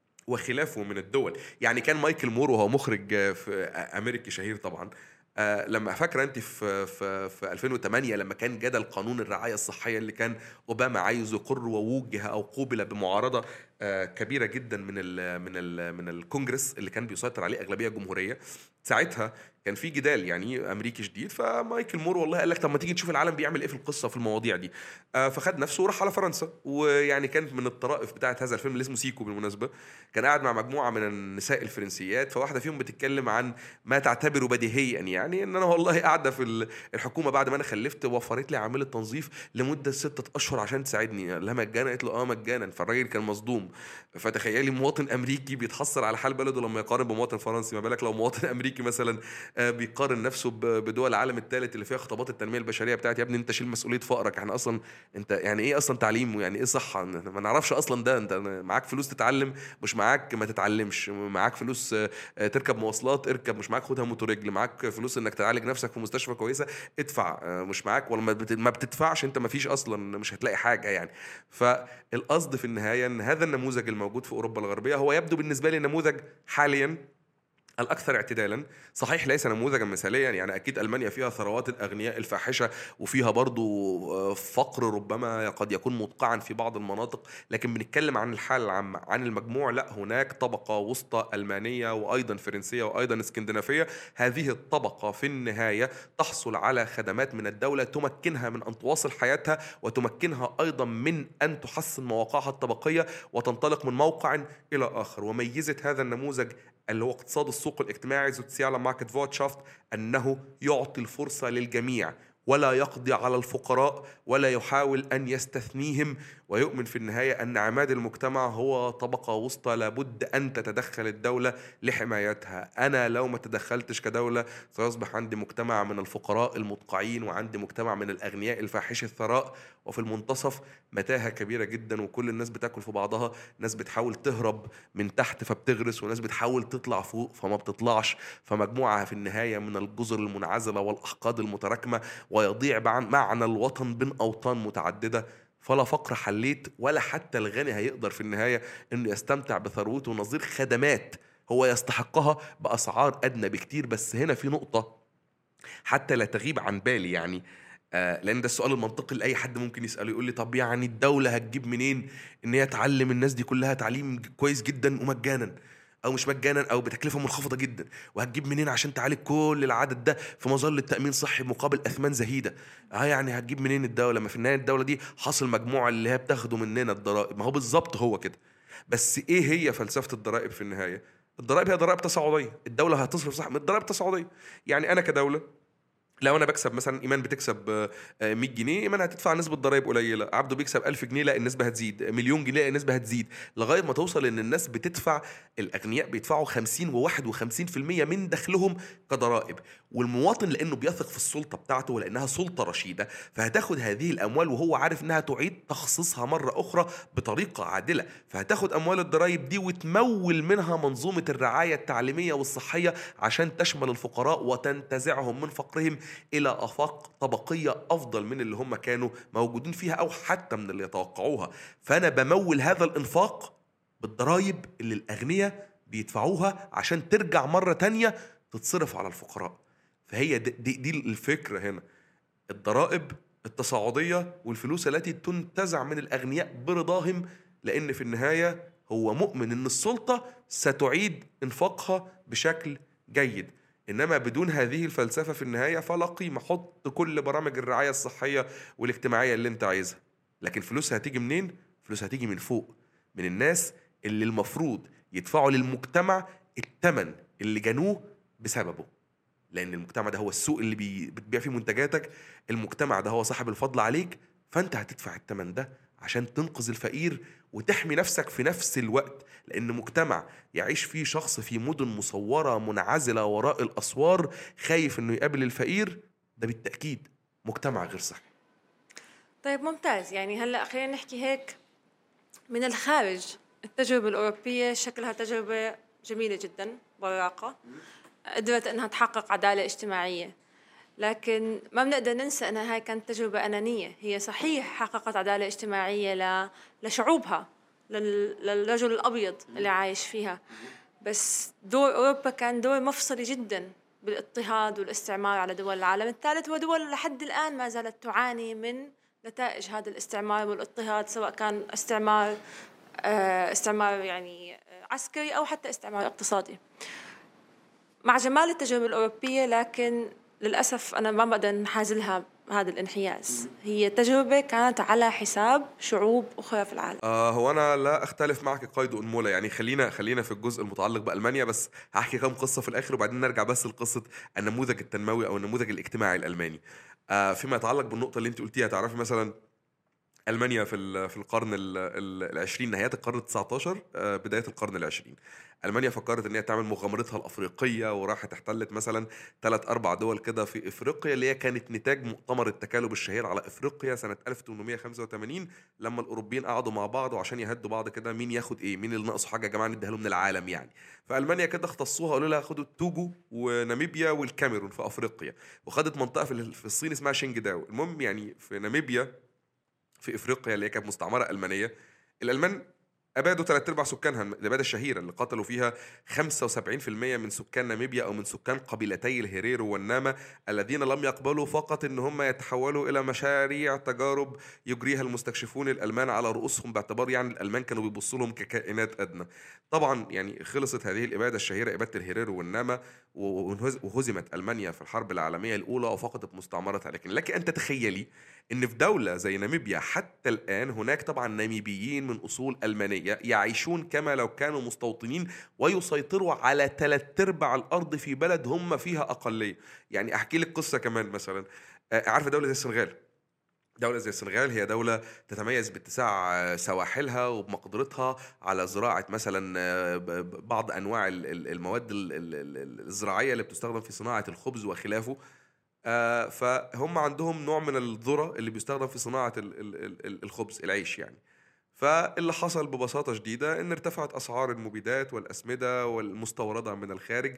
وخلافه من الدول. يعني كان مايكل مور وهو مخرج آه، في آه، أمريكي شهير طبعا، آه لما فاكره انت في في في ألفين وثمانية لما كان جدل قانون الرعايه الصحيه اللي كان اوباما عايز يقر، ووجه او قوبل بمعارضه آه كبيره جدا من ال من ال من الكونجرس اللي كان بيسيطر عليه اغلبيه جمهوريه. ساعتها كان في جدال يعني امريكي شديد، فمايكل مور والله قال لك طب ما تيجي نشوف العالم بيعمل ايه في القصه في المواضيع دي. آه فخد نفسه وراح على فرنسا، ويعني كانت من الطرائف بتاعه هذا الفيلم اللي اسمه سيكو بالمناسبه، كان قاعد مع مجموعه من النساء الفرنسيات، فواحده فيهم بتتكلم عن ما تعتبره بديهيا، يعني ان انا والله قاعده في الحكومه بعد ما انا خلفت وفرت لي عامله تنظيف لمده ستة اشهر عشان تساعدني. قال لها مجانا؟ قالت له اه مجانا. فالراجل كان مصدوم. فتخيلي مواطن امريكي بيتحسر على حال بلده لما يقارن بمواطن فرنسي، ما بالك لو مواطن امريكي مثلا آه، بيقارن نفسه ب- بدول العالم الثالث اللي فيها خطابات التنميه البشريه بتاعت يا ابني انت شيل مسؤوليه فقرك. احنا اصلا انت يعني ايه اصلا تعليم، ويعني ايه صحه؟ ما نعرفش اصلا ده. انت معاك فلوس تتعلم، مش معاك ما تتعلمش. معاك فلوس آه، آه، تركب مواصلات اركب، مش معاك خدها موتور رجل. معاك فلوس انك تعالج نفسك في مستشفى كويسه ادفع، آه، مش معاك ولا ما بت- ما بتدفعش انت ما فيش اصلا، مش هتلاقي حاجه يعني. فالقصد في النهايه ان هذا النموذج الموجود في اوروبا الغربيه هو يبدو بالنسبه لي نموذج حاليا الأكثر اعتدالا. صحيح ليس نموذجا مثاليا، يعني أكيد ألمانيا فيها ثروات الأغنياء الفاحشة، وفيها برضو آه، فقر ربما قد يكون مدقعا في بعض المناطق، لكن بنتكلم عن الحالة العامة، عن المجموع. لا، هناك طبقة وسطى ألمانية وأيضا فرنسية وأيضا اسكندنافية. هذه الطبقة في النهاية تحصل على خدمات من الدولة تمكنها من أن تواصل حياتها، وتمكنها أيضا من أن تحسن مواقعها الطبقية وتنطلق من موقع إلى آخر. وميزة هذا النموذج اللي هو اقتصاد السوق الاجتماعي سوسيال ماركت فورتشافت أنه يعطي الفرصة للجميع، ولا يقضي على الفقراء، ولا يحاول أن يستثنيهم، ويؤمن في النهاية أن عماد المجتمع هو طبقة وسطى لابد أن تتدخل الدولة لحمايتها. أنا لو ما تدخلتش كدولة سيصبح عندي مجتمع من الفقراء المدقعين، وعندي مجتمع من الأغنياء الفاحش الثراء، وفي المنتصف متاهة كبيرة جدا، وكل الناس بتاكل في بعضها. ناس بتحاول تهرب من تحت فبتغرس، وناس بتحاول تطلع فوق فما بتطلعش، فمجموعة في النهاية من الجزر المنعزلة والأحقاد المتراكمة، ويضيع معنى الوطن بين أوطان متعددة. فلا فقر حليت، ولا حتى الغني هيقدر في النهاية انه يستمتع بثروته نظير خدمات هو يستحقها بأسعار أدنى بكتير. بس هنا في نقطة حتى لا تغيب عن بالي يعني، آه لان ده السؤال المنطقي اللي اي حد ممكن يساله، يقول لي طب يعني الدوله هتجيب منين ان هي تعلم الناس دي كلها تعليم كويس جدا ومجانا، او مش مجانا او بتكلفه منخفضه جدا، وهتجيب منين عشان تعالج كل العدد ده في مظله تامين صحي مقابل اثمان زهيده؟ اه يعني هتجيب منين الدوله؟ ما في النهايه الدوله دي حاصل مجموعه اللي هي بتاخده مننا الضرائب. ما هو بالظبط هو كده. بس ايه هي فلسفه الضرائب في النهايه؟ الضرائب هي ضرائب تصاعديه. الدوله هتصرف صح من الضرائب تصاعديه. يعني انا كدوله لو انا بكسب مثلا، ايمان بتكسب آه، آه، مية جنيه، ايمان هتدفع نسبه ضرائب قليله. عبده بيكسب ألف جنيه، لا النسبه هتزيد. مليون جنيه، لا النسبه هتزيد، لغايه ما توصل ان الناس بتدفع، الاغنياء بيدفعوا خمسين وواحد وخمسين في المية من دخلهم كضرائب. والمواطن لانه بيثق في السلطه بتاعته ولانها سلطه رشيده، فهتاخد هذه الاموال وهو عارف انها تعيد تخصيصها مره اخرى بطريقه عادله. فهتاخد اموال الضرائب دي وتمول منها منظومه الرعايه التعليميه والصحيه عشان تشمل الفقراء وتنتزعهم من فقرهم الى افاق طبقيه افضل من اللي هم كانوا موجودين فيها، او حتى من اللي يتوقعوها. فانا بمول هذا الانفاق بالضرائب اللي الاغنياء بيدفعوها عشان ترجع مره تانية تتصرف على الفقراء. فهي دي, دي, دي الفكره هنا، الضرائب التصاعديه والفلوس التي تنتزع من الاغنياء برضاهم لأن في النهاية هو مؤمن إن السلطة ستعيد إنفاقها بشكل جيد. إنما بدون هذه الفلسفة في النهاية فلا قيمة. حط كل برامج الرعاية الصحية والاجتماعية اللي انت عايزها، لكن فلوسها هتيجي منين؟ فلوسها هتيجي من فوق، من الناس اللي المفروض يدفعوا للمجتمع الثمن اللي جنوه بسببه. لأن المجتمع ده هو السوق اللي بي- بتبيع فيه منتجاتك، المجتمع ده هو صاحب الفضل عليك، فأنت هتدفع الثمن ده عشان تنقذ الفقير وتحمي نفسك في نفس الوقت. لأن مجتمع يعيش فيه شخص في مدن مصورة منعزلة وراء الأسوار خايف إنه يقابل الفقير، ده بالتأكيد مجتمع غير صحي. طيب ممتاز. يعني هلأ خلينا نحكي هيك من الخارج. التجربة الأوروبية شكلها تجربة جميلة جدا براقة، قدرت أنها تحقق عدالة اجتماعية، لكن ما بنقدر ننسى أنها هاي كانت تجربة أنانية. هي صحيح حققت عدالة اجتماعية ل... لشعوبها، لل... للرجل الأبيض اللي عايش فيها، بس دور أوروبا كان دور مفصلي جدا بالاضطهاد والاستعمار على دول العالم الثالث، ودول لحد الآن ما زالت تعاني من نتائج هذا الاستعمار والاضطهاد، سواء كان استعمار آه، استعمار يعني عسكري أو حتى استعمار اقتصادي. مع جمال التجربة الأوروبية، لكن للأسف أنا ما بقدر نحازلها هذا الانحياز. هي تجربة كانت على حساب شعوب أخرى في العالم. آه هو أنا لا أختلف معك قيد أنمولة. يعني خلينا خلينا في الجزء المتعلق بألمانيا، بس هحكي كم قصة في الآخر وبعدين نرجع بس لقصة النموذج التنموي أو النموذج الاجتماعي الألماني. آه فيما يتعلق بالنقطة اللي أنت قلتيها، تعرفي مثلا ألمانيا في ال- في القرن ال- ال- العشرين، نهايات القرن التسعة عشر آه، بداية القرن العشرين، ألمانيا فكرت إن هي تعمل مغامرتها الأفريقية، وراحت احتلت مثلا ثلاث أربع دول كده في إفريقيا، اللي هي كانت نتاج مؤتمر التكالب الشهير على إفريقيا سنة ألف وثمانمائة وخمسة وثمانين، لما الأوروبيين قعدوا مع بعض وعشان يهدوا بعض كده، مين ياخد إيه، مين اللي ناقصه حاجة يا جماعة نديها له من العالم يعني. فألمانيا كده اختصوها، قالوا لها خدوا التوجو وناميبيا والكاميرون في أفريقيا، وخدت منطقة في ال- في الصين اسمها شينجداو. المهم يعني في ناميبيا في افريقيا اللي هي كانت مستعمره المانيه، الالمان ابادوا ثلاث ارباع سكانها، الاباده الشهيره اللي قتلوا فيها خمسة وسبعين بالمئة من سكان ناميبيا او من سكان قبيلتي الهيريرو والناما، الذين لم يقبلوا فقط ان هم يتحولوا الى مشاريع تجارب يجريها المستكشفون الالمان على رؤوسهم، باعتبار يعني الالمان كانوا بيبصوا لهم ككائنات ادنى. طبعا يعني خلصت هذه الاباده الشهيره، اباده الهيريرو والناما، وهز- وهزمت المانيا في الحرب العالميه الاولى وفقدت مستعمرتها. لكن لك ان تتخيلي ان في دوله زي ناميبيا حتى الان هناك طبعا ناميبيين من اصول المانيه يعيشون كما لو كانوا مستوطنين، ويسيطروا على ثلاث ارباع الارض في بلد هم فيها اقليه. يعني احكي لك قصه كمان مثلا. آه، عارفه دوله زي السنغال؟ دولة زي السنغال هي دولة تتميز باتساع آه، سواحلها وبمقدرتها على زراعة مثلا آه، ب- ب- بعض أنواع ال- ال- المواد ال- ال- ال- الزراعية اللي بتستخدم في صناعة الخبز وخلافه. آه، فهم عندهم نوع من الذرة اللي بيستخدم في صناعة ال- ال- ال- ال- الخبز، العيش يعني. فاللي حصل ببساطة شديدة إن ارتفعت أسعار المبيدات والأسمدة والمستوردة من الخارج،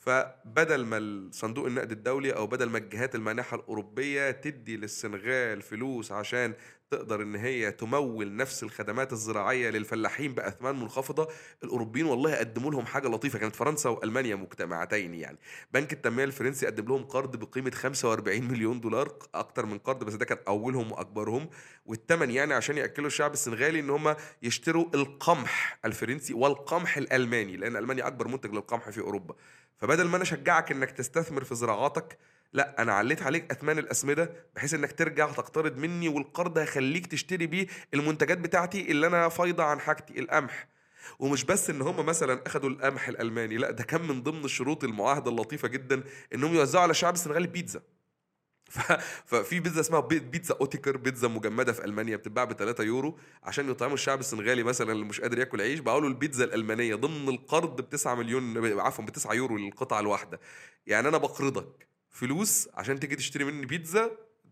فبدل ما صندوق النقد الدولي أو بدل ما الجهات المانحة الأوروبية تدي للسنغال فلوس عشان تقدر إن هي تمول نفس الخدمات الزراعية للفلاحين بأثمان منخفضة، الأوروبيين والله قدموا لهم حاجة لطيفة. كانت فرنسا وألمانيا مجتمعتين يعني. بنك التنمية الفرنسي قدم لهم قرض بقيمة خمسة وأربعين مليون دولار، أكتر من قرض، بس ده كان أولهم وأكبرهم. والثمن يعني عشان ياكلوا الشعب السنغالي ان هم يشتروا القمح الفرنسي والقمح الالماني، لان المانيا اكبر منتج للقمح في اوروبا. فبدل ما انا اشجعك انك تستثمر في زراعاتك، لا، انا عليت عليك اثمان الاسمده بحيث انك ترجع تقترض مني، والقرض هيخليك تشتري بيه المنتجات بتاعتي اللي انا فايضه عن حاجتي، القمح. ومش بس ان هم مثلا اخذوا القمح الالماني، لا، ده كان من ضمن الشروط المعاهده اللطيفه جدا انهم يوزعوا على الشعب السنغالي بيتزا. ف... ففي بيتزا اسمها بي- بيتزا اوتيكر، بيتزا مجمده في المانيا بتتباع ب ثلاثة يورو، عشان يطعموا الشعب السنغالي مثلا اللي مش قادر ياكل عيش، بقوا له البيتزا الالمانيه ضمن القرض ب تسعة مليون، عفوا ب تسعة يورو للقطعه الواحده. يعني انا بقرضك فلوس عشان تيجي تشتري مني بيتزا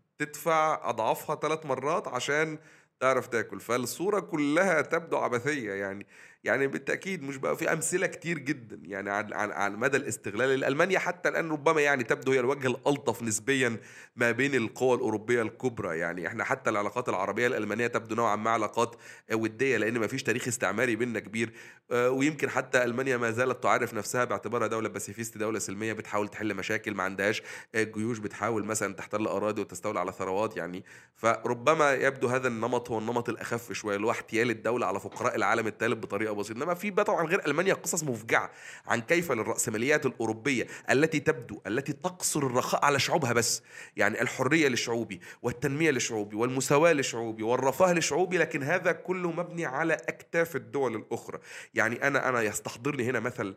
تدفع اضعافها ثلاث مرات عشان تعرف تاكل. فالصوره كلها تبدو عبثيه يعني. يعني بالتأكيد مش بقى في أمثلة كتير جدا يعني عن عن عن مدى الاستغلال. ألمانيا حتى الآن ربما يعني تبدو هي الوجه الألطف نسبيا ما بين القوى الأوروبية الكبرى. يعني احنا حتى العلاقات العربية الألمانية تبدو نوعا ما علاقات ودية، لأن ما فيش تاريخ استعماري بيننا كبير. آه، ويمكن حتى ألمانيا ما زالت تعرف نفسها باعتبارها دولة باسيفيست، دولة سلمية بتحاول تحل مشاكل، ما عندهاش آه، جيوش بتحاول مثلا تحتل أراضي وتستولي على ثروات يعني. فربما يبدو هذا النمط هو النمط الأخف شوية، اللي هو احتيال الدولة على فقراء العالم الثالث بطريقة بسيطة. إنما في بقى طبعا غير ألمانيا قصص مفجعة عن كيف للرأسماليات الأوروبية التي تبدو التي تقصر الرخاء على شعوبها بس، يعني الحرية للشعوبي والتنمية للشعوبي والمساواة للشعوبي والرفاه للشعوبي، لكن هذا كله مبني على أكتاف الدول الأخرى. يعني أنا أنا يستحضرني هنا مثل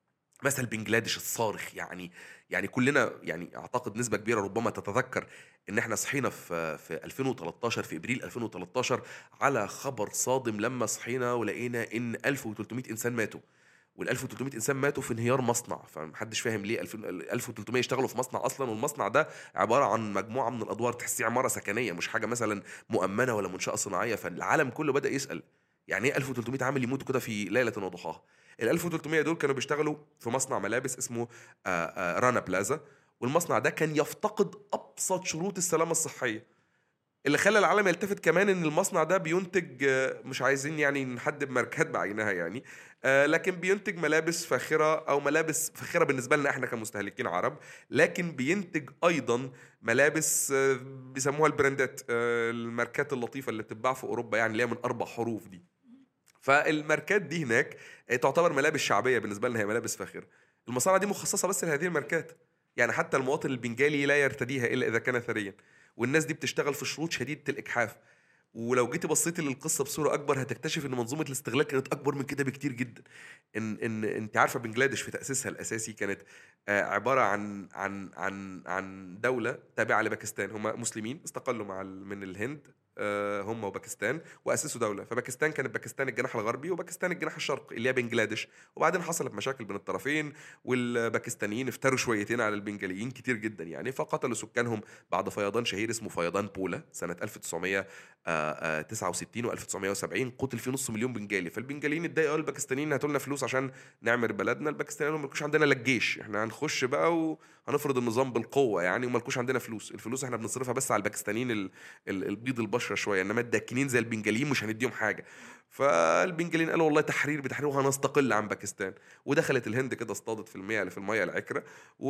مثل بنجلاديش الصارخ. يعني يعني كلنا يعني اعتقد نسبه كبيره ربما تتذكر ان احنا صحينا في في ألفين وتلتاشر، في ابريل ألفين وتلتاشر، على خبر صادم لما صحينا ولقينا ان ألف وثلاثمائة انسان ماتوا. وال ألف وثلاثمائة انسان ماتوا في انهيار مصنع، فمحدش فاهم ليه ألف وثلاثمائة يشتغلوا في مصنع اصلا، والمصنع ده عباره عن مجموعه من الادوار، تحسيه عماره سكنيه مش حاجه مثلا مؤمنه ولا منشاه صناعيه. فالعالم كله بدا يسال يعني ايه ألف وثلاثمائة عامل يموتوا كده في ليله وضحاها. ال ألف وثلاثمائة دول كانوا بيشتغلوا في مصنع ملابس اسمه آه، آه، رانا بلازا، والمصنع ده كان يفتقد ابسط شروط السلامه الصحيه. اللي خلى العالم يلتفت كمان ان المصنع ده بينتج آه، مش عايزين يعني نحدد ماركات بعينها يعني، آه، لكن بينتج ملابس فاخره او ملابس فاخره بالنسبه لنا احنا كمستهلكين عرب، لكن بينتج ايضا ملابس آه، بيسموها البراندات، آه، الماركات اللطيفه اللي بتتباع في اوروبا، يعني اللي هي من اربع حروف دي. فالماركات دي هناك آه، تعتبر ملابس شعبيه بالنسبه لنا، هي ملابس فاخره. المصانع دي مخصصه بس لهذه الماركات، يعني حتى المواطن البنجالي لا يرتديها الا اذا كان ثريا. والناس دي بتشتغل في شروط شديده الاجحاف. ولو جيتي بصيتي للقصه بصوره اكبر هتكتشف ان منظومه الاستغلال كانت اكبر من كده بكتير جدا. ان ان انت عارفه بنجلاديش في تاسيسها الاساسي كانت آه، عباره عن عن عن عن دوله تابعه لباكستان. هم مسلمين استقلوا مع ال- من الهند، آه، هم وباكستان، واسسوا دوله. فباكستان كانت باكستان الجناح الغربي وباكستان الجناح الشرقي اللي هي بنجلاديش. وبعدين حصلت مشاكل بين الطرفين، والباكستانيين افتروا شويتين على البنجاليين كتير جدا يعني، فقتلوا سكانهم بعد فيضان شهير اسمه فيضان بولا سنه ألف وتسعمائة وتسعة وستين و1970. قتل فيه نص مليون بنجالي. فالبنجاليين اتضايقوا، الباكستانيين هاتوا لنا فلوس عشان نعمر بلدنا. الباكستانيين قالوا مالكوش عندنا لا الجيش، احنا هنخش بقى وهنفرض النظام بالقوه يعني، ومالكوش عندنا فلوس، الفلوس احنا بنصرفها بس على الباكستانيين ال- ال- البيض البشره شويه، انما الداكنين زي البنجاليين مش هنديهم حاجه. فالبنجاليين قالوا والله تحرير بتحرير وهنستقل عن باكستان. ودخلت الهند كده اصطادت في المياه في المياه العكره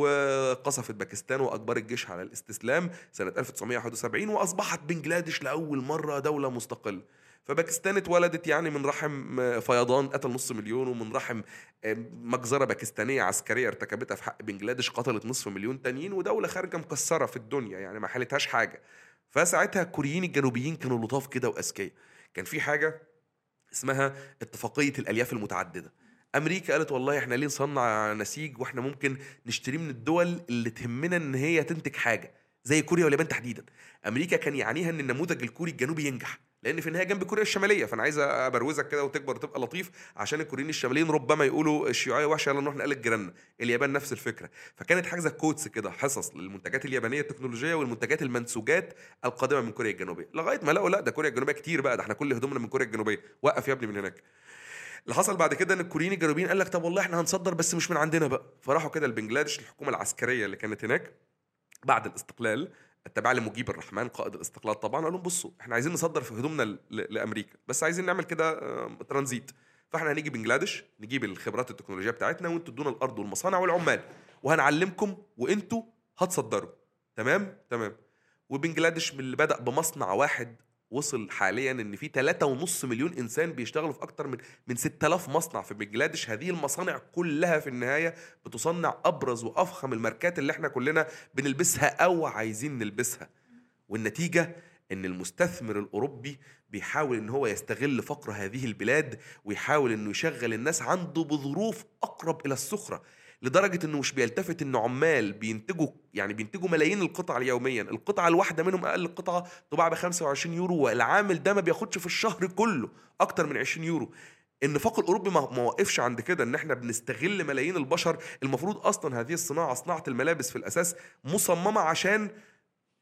وقصفت باكستان واجبرت الجيش على الاستسلام سنه ألف وتسعمائة وواحد وسبعين، واصبحت بنجلاديش لاول مره دوله مستقله. فباكستان اتولدت يعني من رحم آه، فيضان قتل نص مليون، ومن رحم آه، مجزرة باكستانية عسكرية ارتكبتها في حق بنجلاديش قتلت نصف مليون تانيين، ودولة خارجة مكسرة في الدنيا يعني ما حالتهاش حاجة. فساعتها الكوريين الجنوبيين كانوا لطاف كده وأذكياء. كان في حاجة اسمها اتفاقية الألياف المتعددة. أمريكا قالت والله احنا ليه نصنع نسيج واحنا ممكن نشتريه من الدول اللي تهمنا ان هي تنتج حاجة زي كوريا واليابان تحديدا. أمريكا كان يعنيها ان النموذج الكوري الجنوبي ينجح، لان في النهايه جنب كوريا الشماليه، فانا عايز ابروزك كده وتكبر وتبقى لطيف عشان الكوريين الشماليين ربما يقولوا الشيوعيه وحشه يلا نروح نقلد جيراننا. اليابان نفس الفكره. فكانت حاجزه كوتس كده حصص للمنتجات اليابانيه التكنولوجيه والمنتجات المنسوجات القادمه من كوريا الجنوبيه، لغايه ما لقوا لا ده كوريا الجنوبيه كتير بقى، ده احنا كل هدومنا من كوريا الجنوبيه، وقف يا ابني من هناك. اللي حصل بعد كده ان الكوريين الجنوبيين قال لك طب والله احنا هنصدر بس مش من عندنا بقى، فراحوا كده لبنجلاديش الحكومه العسكريه اللي كانت هناك بعد الاستقلال التابعه لمجيب الرحمن قائد الاستقلال طبعا، قالوا لهم بصوا احنا عايزين نصدر في هدومنا ل- لامريكا، بس عايزين نعمل كده آه، ترانزيت. فاحنا هنيجي بنجلاديش نجيب الخبرات التكنولوجيه بتاعتنا، وانتوا تدونا الارض والمصانع والعمال وهنعلمكم وانتوا هتصدروا. تمام تمام. وبنجلاديش من اللي بدأ بمصنع واحد وصل حاليا ان في ثلاثة ونص مليون انسان بيشتغلوا في اكتر من من ستة آلاف مصنع في بنجلاديش. هذه المصانع كلها في النهايه بتصنع ابرز وافخم الماركات اللي احنا كلنا بنلبسها او عايزين نلبسها. والنتيجه ان المستثمر الاوروبي بيحاول ان هو يستغل فقر هذه البلاد ويحاول انه يشغل الناس عنده بظروف اقرب الى السخره، لدرجه انه مش بيلتفت ان عمال بينتجوا يعني بينتجوا ملايين القطع يوميا، القطعه الواحده منهم اقل قطعه تباع ب خمسة وعشرين يورو، والعامل ده ما بياخدش في الشهر كله اكتر من عشرين يورو. النفاق الاوروبي ما ما وقفش عند كده، ان احنا بنستغل ملايين البشر. المفروض اصلا هذه الصناعه صناعه الملابس في الاساس مصممه عشان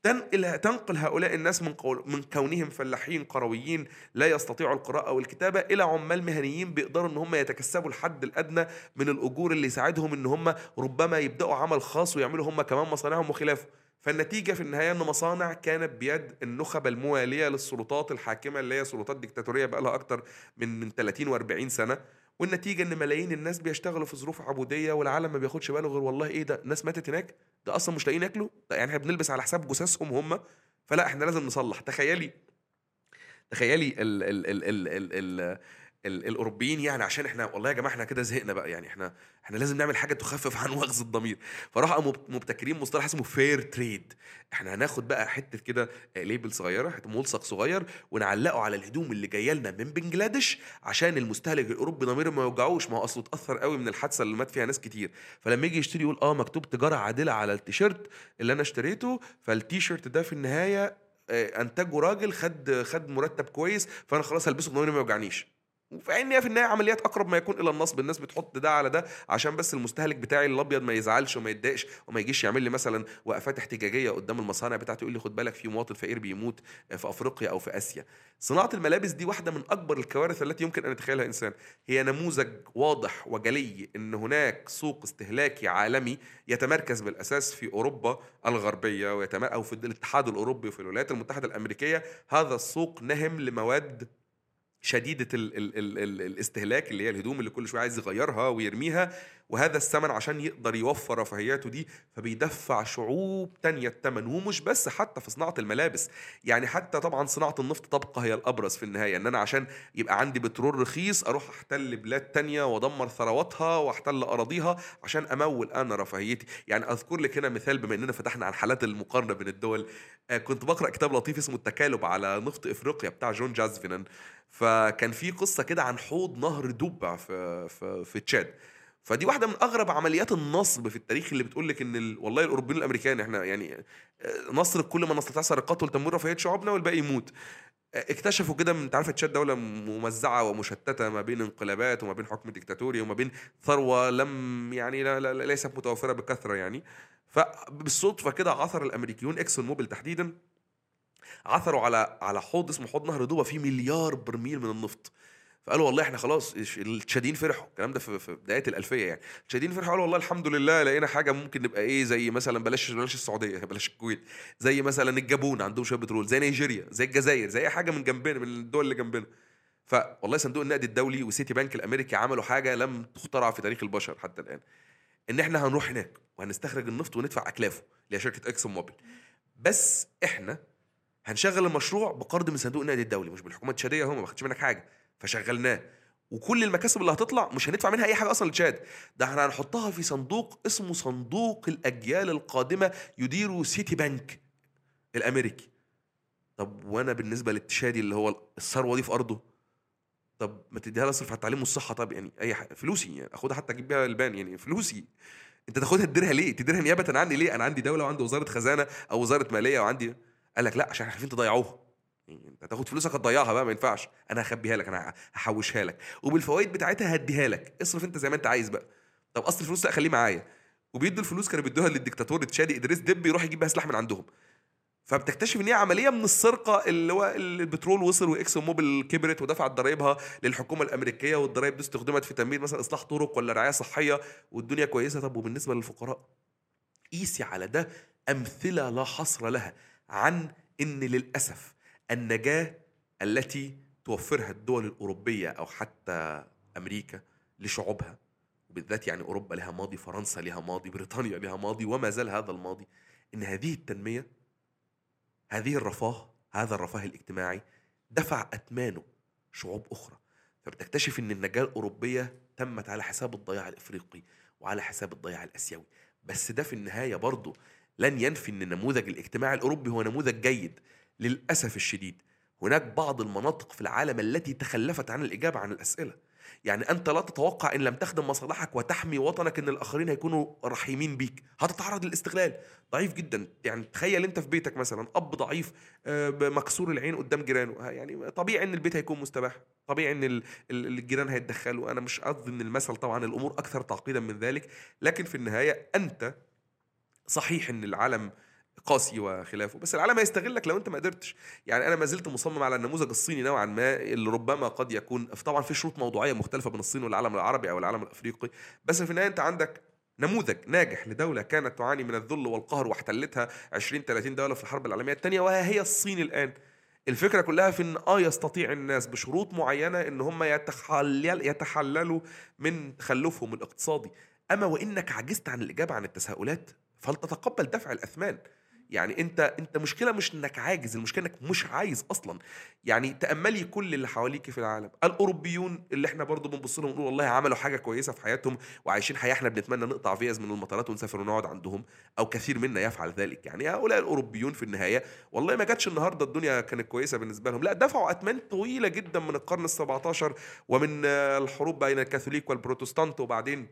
تنقل تنقل هؤلاء الناس من قول من كونهم فلاحين قرويين لا يستطيعوا القراءة والكتابة إلى عمال مهنيين بيقدروا إن هم يتكسبوا الحد الأدنى من الأجور اللي يساعدهم إن هم ربما يبدأوا عمل خاص ويعملوا هم كمان مصانعهم وخلافه. فالنتيجة في النهاية إن مصانع كانت بيد النخب الموالية للسلطات الحاكمة اللي هي سلطات ديكتاتورية بقى لها أكتر من من ثلاثين وأربعين سنة. والنتيجة إن ملايين الناس بيشتغلوا في ظروف عبودية والعالم ما بياخدش باله غير والله إيه ده، الناس ماتت هناك، ده أصلا مش لاقيين ياكلوا، ده يعني إحنا بنلبس على حساب جثثهم هم، فلا إحنا لازم نصلح. تخيلي تخيلي ال ال ال ال ال ال ال الاوروبيين يعني عشان احنا والله يا جماعه احنا كده زهقنا بقى، يعني احنا احنا لازم نعمل حاجه تخفف عن وخز الضمير، فراحوا مب- مبتكرين مصطلح اسمه فير تريد. احنا هناخد بقى حته كده آه، ليبل صغيره، حته ملصق صغير ونعلقه على الهدوم اللي جايه لنا من بنجلاديش عشان المستهلك الاوروبي ضميره ما يوجعوش، ما هو اصله اتاثر قوي من الحادثه اللي مات فيها ناس كتير، فلما يجي يشتري يقول اه مكتوب تجاره عادله على التيشيرت اللي انا اشتريته، فالتيشيرت ده في النهايه آه، انتجه راجل خد خد مرتب كويس، فانا خلاص هلبسه ضميري ما يوجعنيش. وفي ان هي في النهايه عمليات اقرب ما يكون الى النصب، الناس بتحط ده على ده عشان بس المستهلك بتاعي الابيض ما يزعلش وما يتضايقش وما يجيش يعمل لي مثلا وقفات احتجاجيه قدام المصانع بتاعته يقول لي خد بالك في مواطن فقير بيموت في افريقيا او في اسيا. صناعه الملابس دي واحده من اكبر الكوارث التي يمكن ان يتخيلها انسان، هي نموذج واضح وجلي ان هناك سوق استهلاكي عالمي يتمركز بالاساس في اوروبا الغربيه ويتم او في الاتحاد الاوروبي وفي الولايات المتحده الامريكيه. هذا السوق نهم لمواد شديدة ال ال ال ال الاستهلاك اللي هي الهدوم اللي كل شوية عايز يغيرها ويرميها، وهذا الثمن عشان يقدر يوفر رفاهياته دي فبيدفع شعوب تانية الثمن. ومش بس حتى في صناعة الملابس، يعني حتى طبعا صناعة النفط تبقى هي الأبرز في النهاية، ان انا عشان يبقى عندي بترول رخيص اروح احتل بلاد تانية وادمر ثرواتها واحتل اراضيها عشان امول انا رفاهيتي. يعني اذكر لك هنا مثال بما اننا فتحنا عن حالات المقارنة بين الدول، آه، كنت بقرأ كتاب لطيف اسمه التكالب على نفط افريقيا بتاع جون جازفينان، فكان في قصه كده عن حوض نهر دوبع في في في تشاد. فدي واحده من اغرب عمليات النصب في التاريخ اللي بتقول لك ان ال... والله الاوروبيين الامريكان احنا يعني آه، نسرق كل ما نستطيع سرقته لتمويل رفاهيه شعوبنا والباقي يموت. آه، اكتشفوا كده من انت عارف تشاد دوله ممزعه ومشتته ما بين انقلابات وما بين حكم ديكتاتوري وما بين ثروه لم يعني لا لا لا- ليست متوفره بكثره يعني. فبالصدفه كده عثر الامريكيون اكسون موبيل تحديدا عثروا على على حوض اسمه حوض نهر دوبا فيه مليار برميل من النفط. فقالوا والله احنا خلاص إيش- التشادين فرحوا، الكلام ده في في بدايه الالفيه يعني، التشادين فرحوا قالوا والله الحمد لله لقينا حاجه ممكن نبقى ايه زي مثلا بلاش بلاش السعوديه بلاش الكويت، زي مثلا الجابون عندهم شويه بترول، زي نيجيريا، زي الجزائر، زي اي حاجه من جنبنا من الدول اللي جنبنا. فوالله صندوق النقد الدولي وسيتي بنك الامريكي عملوا حاجه لم تخترع في تاريخ البشر حتى الان، ان احنا هنروح هناك وهنستخرج النفط وندفع اكلافه اللي هي شركه اكسون موبيل، بس احنا هنشغل المشروع بقرض من صندوق النقد الدولي مش بالحكومه التشاديه، هم ما خدش منك حاجه فشغلناه، وكل المكاسب اللي هتطلع مش هندفع منها اي حاجه اصلا لتشاد، ده احنا هنحطها في صندوق اسمه صندوق الاجيال القادمه يديره سيتي بنك الامريكي. طب وانا بالنسبه للتشادي اللي هو الثروه دي في ارضه، طب ما تديها لي اصرف على التعليم والصحه، طب يعني اي حاجه فلوسي يعني اخدها حتى اجيب بيها البان يعني فلوسي، انت تاخدها تديرها ليه؟ تديرها نيابه عني ليه؟ انا عندي دوله وعندي وزاره خزانه او وزاره ماليه وعندي. قال لك لا عشان احنا خايفين تضيعوها، يعني انت تاخد فلوسك هتضيعها بقى ما ينفعش، انا هخبيها لك، انا هحوشها لك وبالفوائد بتاعتها هديها لك، اصرف انت زي ما انت عايز بقى. طب اصل الفلوس لا خليه معايا، وبيدوا الفلوس كانوا بيدوها للديكتاتور تشادي ادريس دب يروح يجيب بيها سلاح من عندهم. فبتكتشف ان هي عمليه من السرقه، اللي هو البترول وصل واكسون موبيل كبرت ودفعت ضرائبها للحكومه الامريكيه، والضرائب دي استخدمت في تمويل مثلا اصلاح طرق ولا رعايه صحيه والدنيا كويسه. طب وبالنسبه للفقراء قيسي على ده امثله لا حصر لها عن ان للاسف النجاه التي توفرها الدول الاوروبيه او حتى امريكا لشعوبها، وبالذات يعني اوروبا لها ماضي، فرنسا لها ماضي، بريطانيا لها ماضي وما زال هذا الماضي، ان هذه التنميه، هذه الرفاه، هذا الرفاه الاجتماعي دفع أثمانه شعوب أخرى. فبتكتشف أن النجاة الأوروبية تمت على حساب الضياع الإفريقي وعلى حساب الضياع الأسيوي، بس ده في النهاية برضه لن ينفي أن النموذج الاجتماعي الأوروبي هو نموذج جيد. للأسف الشديد هناك بعض المناطق في العالم التي تخلفت عن الإجابة عن الأسئلة. يعني أنت لا تتوقع إن لم تخدم مصالحك وتحمي وطنك إن الآخرين هيكونوا رحيمين بيك، هتتعرض للاستغلال ضعيف جدا. يعني تخيل أنت في بيتك مثلا أب ضعيف آه، مكسور العين قدام جيرانه، ها، يعني طبيعي إن البيت هيكون مستباح، طبيعي إن ال- ال- الجيران هيتدخلوا. أنا مش قصدي إن المثل طبعا الأمور أكثر تعقيدا من ذلك، لكن في النهاية أنت صحيح إن العالم قاسي وخلافه، بس العالم هيستغلك لو انت ما قدرتش. يعني انا ما زلت مصمم على النموذج الصيني نوعا ما اللي ربما قد يكون، طبعا في شروط موضوعيه مختلفه بين الصين والعالم العربي او العالم الافريقي، بس في النهايه انت عندك نموذج ناجح لدوله كانت تعاني من الذل والقهر واحتلتها عشرين ثلاثين دوله في الحرب العالميه الثانيه، وها هي الصين الان. الفكره كلها في ان اه يستطيع الناس بشروط معينه ان هم يتحلل يتحللوا من تخلفهم الاقتصادي. اما وانك عجزت عن الاجابه عن التساؤلات فلتتقبل دفع الاثمان. يعني انت انت مشكله مش انك عاجز، المشكله انك مش عايز اصلا. يعني تاملي كل اللي حواليك في العالم، الاوروبيون اللي احنا برضو بنبص لهم ونقول والله عملوا حاجه كويسه في حياتهم وعايشين حياه احنا بنتمنى نقطع فيز من المطارات ونسافر ونقعد عندهم، او كثير منا يفعل ذلك. يعني هؤلاء الاوروبيون في النهايه والله ما جاتش النهارده الدنيا كانت كويسه بالنسبه لهم، لا دفعوا اثمان طويله جدا من القرن السبعتاشر ومن الحروب بين الكاثوليك والبروتستانت، وبعدين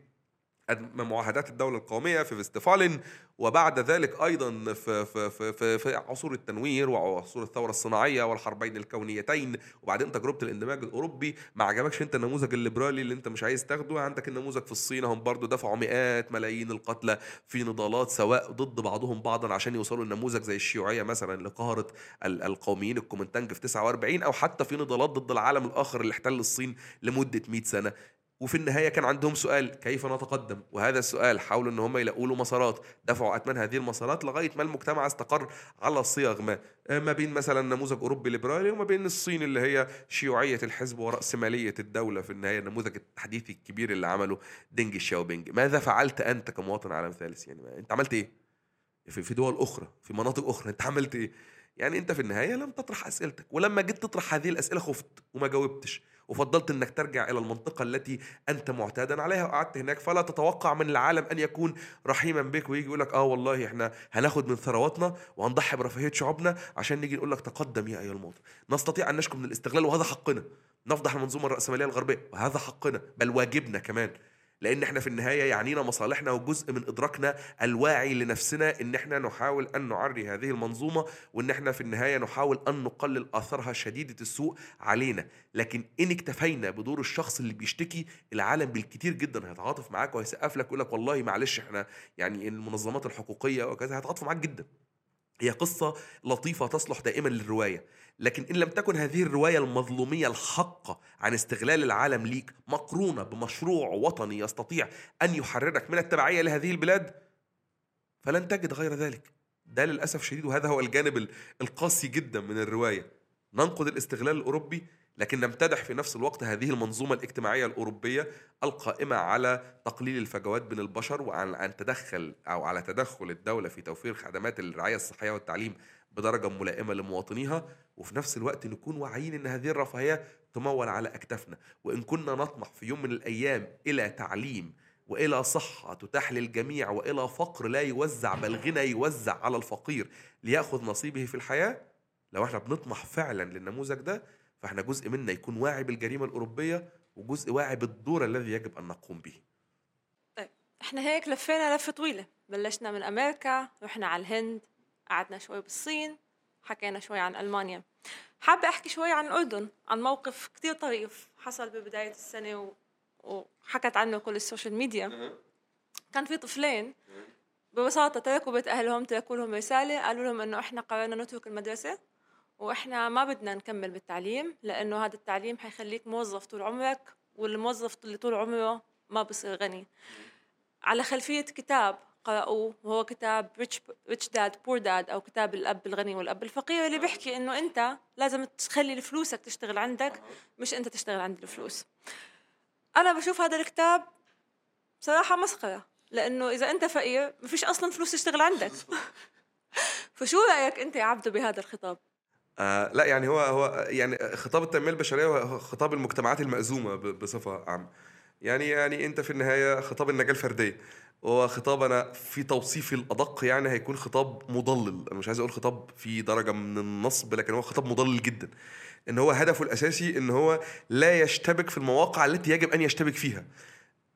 معاهدات الدولة القومية في فيستفالين، وبعد ذلك أيضا في, في, في, في, في عصور التنوير وعصور الثورة الصناعية والحربين الكونيتين، وبعدين تجربة الاندماج الأوروبي. ما عجبكش أنت النموذج الليبرالي اللي أنت مش عايز تاخده، عندك النموذج في الصين هم برضو دفعوا مئات ملايين القتلى في نضالات سواء ضد بعضهم بعضا عشان يوصلوا لنموذج زي الشيوعية مثلا اللي قهرت القوميين الكومنتانج في تسعة وأربعين، أو حتى في نضالات ضد العالم الآخر اللي احتل الصين لمدة مئة سنة. وفي النهاية كان عندهم سؤال كيف نتقدم، وهذا السؤال حاولوا ان هم يلاقوا له مسارات، دفعوا اثمان هذه المسارات لغاية ما المجتمع استقر على صيغ ما ما بين مثلا نموذج اوروبي ليبرالي وما بين الصين اللي هي شيوعية الحزب ورأسمالية الدولة. في النهاية النموذج التحديثي الكبير اللي عمله دينج شاوبينج. ماذا فعلت انت كمواطن عالم ثالث؟ يعني انت عملت ايه في دول اخرى في مناطق اخرى؟ انت عملت ايه؟ يعني انت في النهاية لم تطرح اسئلتك، ولما جيت تطرح هذه الاسئلة خفت وما جاوبتش، وفضلت انك ترجع الى المنطقة التي انت معتادا عليها وقعدت هناك. فلا تتوقع من العالم ان يكون رحيما بك ويجي يقول لك اه والله احنا هناخد من ثرواتنا وهنضحي برفاهية شعوبنا عشان نيجي نقول لك تقدم يا ايها المواطن. نستطيع ان نشكو من الاستغلال وهذا حقنا، نفضح المنظومة الرأسمالية الغربية وهذا حقنا، بل واجبنا كمان، لان احنا في النهاية يعنينا مصالحنا وجزء من ادراكنا الواعي لنفسنا ان احنا نحاول ان نعري هذه المنظومة، وان احنا في النهاية نحاول ان نقلل اثرها شديدة السوء علينا. لكن ان اكتفينا بدور الشخص اللي بيشتكي، العالم بالكتير جدا هيتعاطف معاك وهيسقف لك ويقول لك والله معلش احنا يعني المنظمات الحقوقية وكذا هيتعاطفوا معاك جدا. هي قصة لطيفة تصلح دائما للرواية، لكن إن لم تكن هذه الرواية المظلومية الحقة عن استغلال العالم ليك مقرونة بمشروع وطني يستطيع أن يحررك من التبعية لهذه البلاد فلن تجد غير ذلك. ده للأسف شديد، وهذا هو الجانب القاسي جدا من الرواية. ننقد الاستغلال الأوروبي لكن نمتدح في نفس الوقت هذه المنظومة الاجتماعية الأوروبية القائمة على تقليل الفجوات بين البشر، وعن أن تدخل أو على تدخل الدولة في توفير خدمات الرعاية الصحية والتعليم بدرجة ملائمة لمواطنيها، وفي نفس الوقت نكون واعيين أن هذه الرفاهية تمول على أكتافنا. وإن كنا نطمح في يوم من الأيام إلى تعليم وإلى صحة تتاح للجميع وإلى فقر لا يوزع بل غنى يوزع على الفقير ليأخذ نصيبه في الحياة، لو احنا بنطمح فعلا للنموذج ده فاحنا جزء منا يكون واعي بالجريمة الأوروبية وجزء واعي بالدور الذي يجب أن نقوم به. طيب احنا هيك لفينا لفة طويلة، بلشنا من أمريكا، رحنا على الهند، قعدنا شوي بالصين، حكينا شوي عن ألمانيا. حابة أحكي شوي عن الأردن، عن موقف كتير طريف حصل ببداية السنة و... وحكت عنه كل السوشيال ميديا. كان في طفلين ببساطة تركوا بيت أهلهم، تركوا لهم رسالة قالوا لهم إنه إحنا قررنا نترك المدرسة وإحنا ما بدنا نكمل بالتعليم لأنه هذا التعليم حيخليك موظف طول عمرك، والموظف اللي طول عمره ما بصير غني. على خلفية كتاب قرأوه وهو كتاب Rich, Rich Dad Poor Dad أو كتاب الأب الغني والأب الفقير، اللي بيحكي إنه أنت لازم تخلي الفلوسك تشتغل عندك مش أنت تشتغل عند الفلوس. أنا بشوف هذا الكتاب صراحة مسخرة، لأنه إذا أنت فقير ما فيش أصلاً فلوس تشتغل عندك. فشو رأيك أنت يا عبدو بهذا الخطاب؟ آه لا يعني هو هو يعني خطاب التنمية البشرية هو خطاب المجتمعات المأزومة بصفة عامة. يعني يعني أنت في النهاية خطاب النجاة الفردية هو خطاب أنا في توصيفي الأدق يعني هيكون خطاب مضلل. أنا مش عايز أقول خطاب في درجة من النصب، لكن هو خطاب مضلل جدا. إن هو هدفه الأساسي إن هو لا يشتبك في المواقع التي يجب أن يشتبك فيها.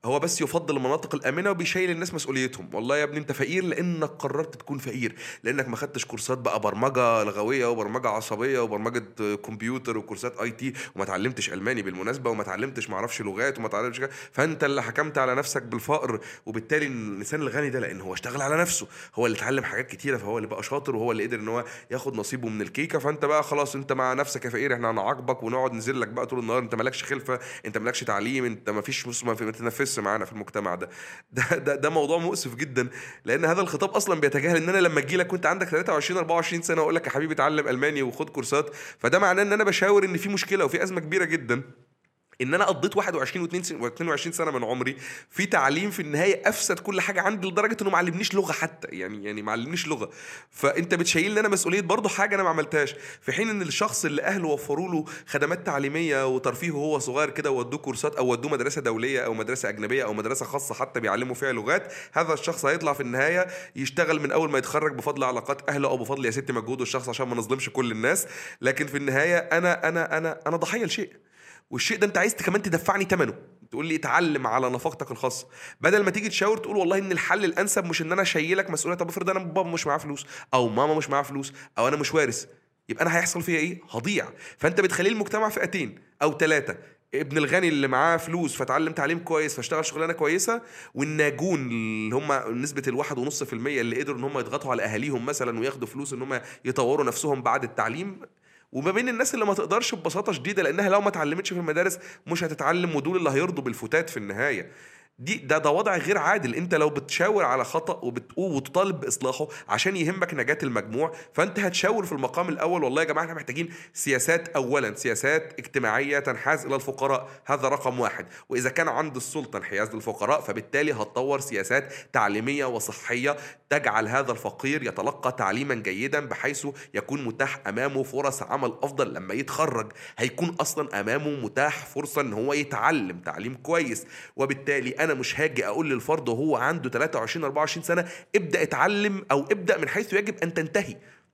هو بس يفضل المناطق الآمنة وبيشيل الناس مسؤوليتهم. والله يا ابني انت فقير لانك قررت تكون فقير، لانك ما خدتش كورسات بقى برمجة لغوية وبرمجة عصبية وبرمجة كمبيوتر وكورسات اي تي، وما تعلمتش الماني بالمناسبة، وما تعلمتش معرفش لغات، وما تعلمتش كده. فانت اللي حكمت على نفسك بالفقر. وبالتالي الانسان الغني ده لان هو اشتغل على نفسه، هو اللي اتعلم حاجات كتيرة، فهو اللي بقى شاطر، وهو اللي قدر ان هو ياخد نصيبه من الكيكة. فانت بقى خلاص انت مع نفسك يا فقير، احنا هنعاقبك ونقعد ننزل لك بقى طول النهار، انت مالكش خلفة، انت مالكش تعليم، انت ما فيش ما تنافسش معانا في المجتمع ده. ده ده, ده موضوع مؤسف جدا، لان هذا الخطاب اصلا بيتجاهل ان انا لما اجي لك وانت عندك ثلاثة وعشرين أربعة وعشرين سنه واقول لك يا حبيبي اتعلم الماني وخد كورسات، فده معناه ان انا بشاور ان في مشكله وفي ازمه كبيره جدا، ان انا قضيت واحد وعشرين واثنين وعشرين سنه من عمري في تعليم في النهايه افسد كل حاجه عندي، لدرجه انه ما علمنيش لغه حتى، يعني يعني ما علمنيش لغه. فانت بتشيلني انا مسؤوليه برضه حاجه انا ما عملتهاش، في حين ان الشخص اللي اهله وفروا له خدمات تعليميه وترفيه وهو صغير كده، وودوه كورسات او ودوه مدرسه دوليه او مدرسه اجنبيه او مدرسه خاصه حتى بيعلموا فيها لغات، هذا الشخص هيطلع في النهايه يشتغل من اول ما يتخرج بفضل علاقات اهله او بفضل يا ستي مجهوده الشخص، عشان ما نظلمش كل الناس. لكن في النهايه انا انا انا انا ضحيه لشيء، والشيء ده انت عايز كمان تدفعني ثمنه، تقول لي اتعلم على نفقتك الخاصه، بدل ما تيجي تشاور تقول والله ان الحل الانسب مش ان انا اشيلك مسؤوليه. طب افرض انا بابا مش معاه فلوس او ماما مش معاه فلوس او انا مش وارث، يبقى انا هيحصل فيا ايه؟ هضيع. فانت بتخلي المجتمع فئتين او ثلاثه، ابن الغني اللي معاه فلوس فتعلم تعليم كويس فاشتغل شغلانه كويسه، والناجون اللي هم نسبه الواحد ونص في المية اللي قدروا ان هم يضغطوا على اهاليهم مثلا وياخدوا فلوس ان هم يطوروا نفسهم بعد التعليم، وما بين الناس اللي ما تقدرش ببساطه شديده لانها لو ما اتعلمتش في المدارس مش هتتعلم، ودول اللي هيرضوا بالفتات في النهايه. دي ده ده وضع غير عادل. انت لو بتشاور على خطأ وبتقول وتطالب باصلاحه عشان يهمك نجاة المجموع، فانت هتشاور في المقام الاول والله يا جماعه احنا محتاجين سياسات، اولا سياسات اجتماعيه تنحاز الى الفقراء، هذا رقم واحد. واذا كان عند السلطه انحياز للفقراء فبالتالي هتطور سياسات تعليميه وصحيه تجعل هذا الفقير يتلقى تعليما جيدا بحيث يكون متاح امامه فرص عمل افضل لما يتخرج، هيكون اصلا امامه متاح فرصه ان هو يتعلم تعليم كويس. وبالتالي انا مش هاجي اقول للفرد وهو عنده ثلاثة وعشرين أربعة وعشرين سنه ابدا اتعلم او ابدا من حيث يجب ان تنتهي.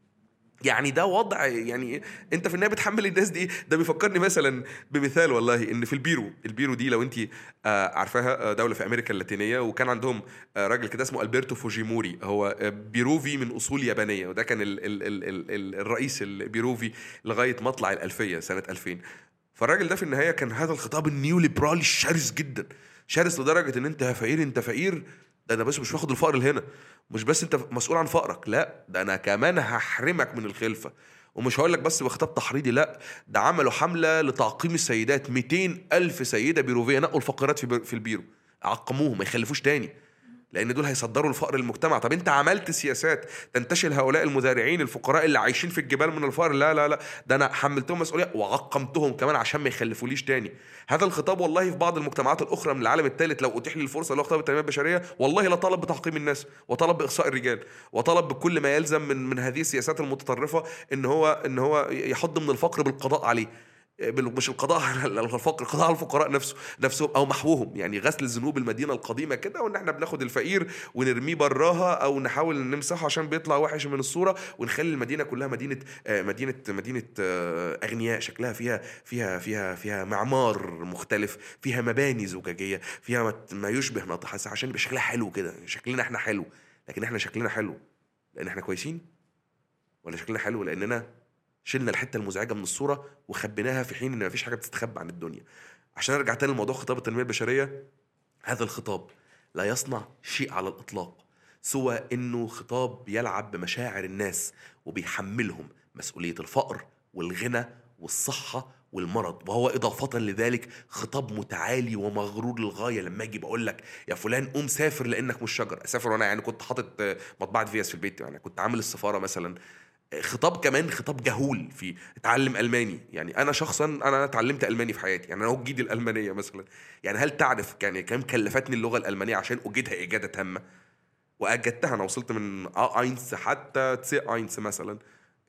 يعني ده وضع، يعني انت في النهايه بتحمل الناس دي. ده بيفكرني مثلا بمثال والله، ان في البيرو البيرو دي لو انت آه عارفاها، دوله في امريكا اللاتينيه، وكان عندهم آه راجل كده اسمه البرتو فوجيموري، هو آه بيروفي من اصول يابانيه، وده كان ال ال ال ال ال الرئيس البيروفي لغايه مطلع الالفيه سنه ألفين. فالراجل ده في النهايه كان هذا الخطاب النيو ليبرالي الشرس جدا، شرس لدرجه ان انت يا فقير انت فقير، ده انا بس مش واخد الفقر اللي هنا، مش بس انت مسؤول عن فقرك، لا ده انا كمان هحرمك من الخلفه. ومش هقول لك بس بخطاب تحريضي، لا ده عملوا حمله لتعقيم السيدات، مئتين ألف سيده بيروفيه نقوا الفقيرات في في البيرو، عقموهم ما يخلفوش تاني، لان دول هيصدروا الفقر للمجتمع. طب انت عملت سياسات تنتشل هؤلاء المزارعين الفقراء اللي عايشين في الجبال من الفقر، لا لا لا ده انا حملتهم مسؤوليه وعقمتهم كمان عشان ما يخلفوليش تاني. هذا الخطاب والله في بعض المجتمعات الاخرى من العالم الثالث لو اتيح لي الفرصه اللي هو خطاب التنميه البشريه، والله لا طلب بتعقيم الناس وطلب باقصاء الرجال وطلب بكل ما يلزم من من هذه السياسات المتطرفه، ان هو ان هو يحد من الفقر بالقضاء عليه، مش القضاء على الفقر، القضاء على الفقراء نفسه نفسهم او محوهم، يعني غسل ذنوب المدينه القديمه كده، وان احنا بناخد الفقير ونرميه براها او نحاول نمسحه عشان بيطلع وحش من الصوره، ونخلي المدينه كلها مدينه مدينه مدينه اغنياء، شكلها فيها فيها فيها فيها معمار مختلف، فيها مباني زجاجيه، فيها ما يشبه ناطحه عشان يبقى شكلها حلو كده، شكلنا احنا حلو. لكن احنا شكلنا حلو لان احنا كويسين، ولا شكلنا حلو لاننا شلنا الحته المزعجه من الصوره وخبيناها، في حين ان مفيش حاجه بتستخبى عن الدنيا؟ عشان ارجع تاني لموضوع خطاب التنميه البشريه، هذا الخطاب لا يصنع شيء على الاطلاق سوى انه خطاب يلعب بمشاعر الناس وبيحملهم مسؤوليه الفقر والغنى والصحه والمرض، وهو اضافه لذلك خطاب متعالي ومغرور للغايه. لما اجي بقول لك يا فلان قوم سافر لانك مش شجر، اسافر وانا يعني كنت حاطط مطبعه فياس في البيت، يعني كنت عامل السفاره مثلا. خطاب كمان خطاب جهول في اتعلم الماني، يعني انا شخصا انا اتعلمت الماني في حياتي، يعني انا اجيد الالمانيه مثلا، يعني هل تعرف يعني كم كلفتني اللغه الالمانيه عشان اجيدها اجاده تامه؟ واجدتها، انا وصلت من اينس حتى تسي اينس مثلا،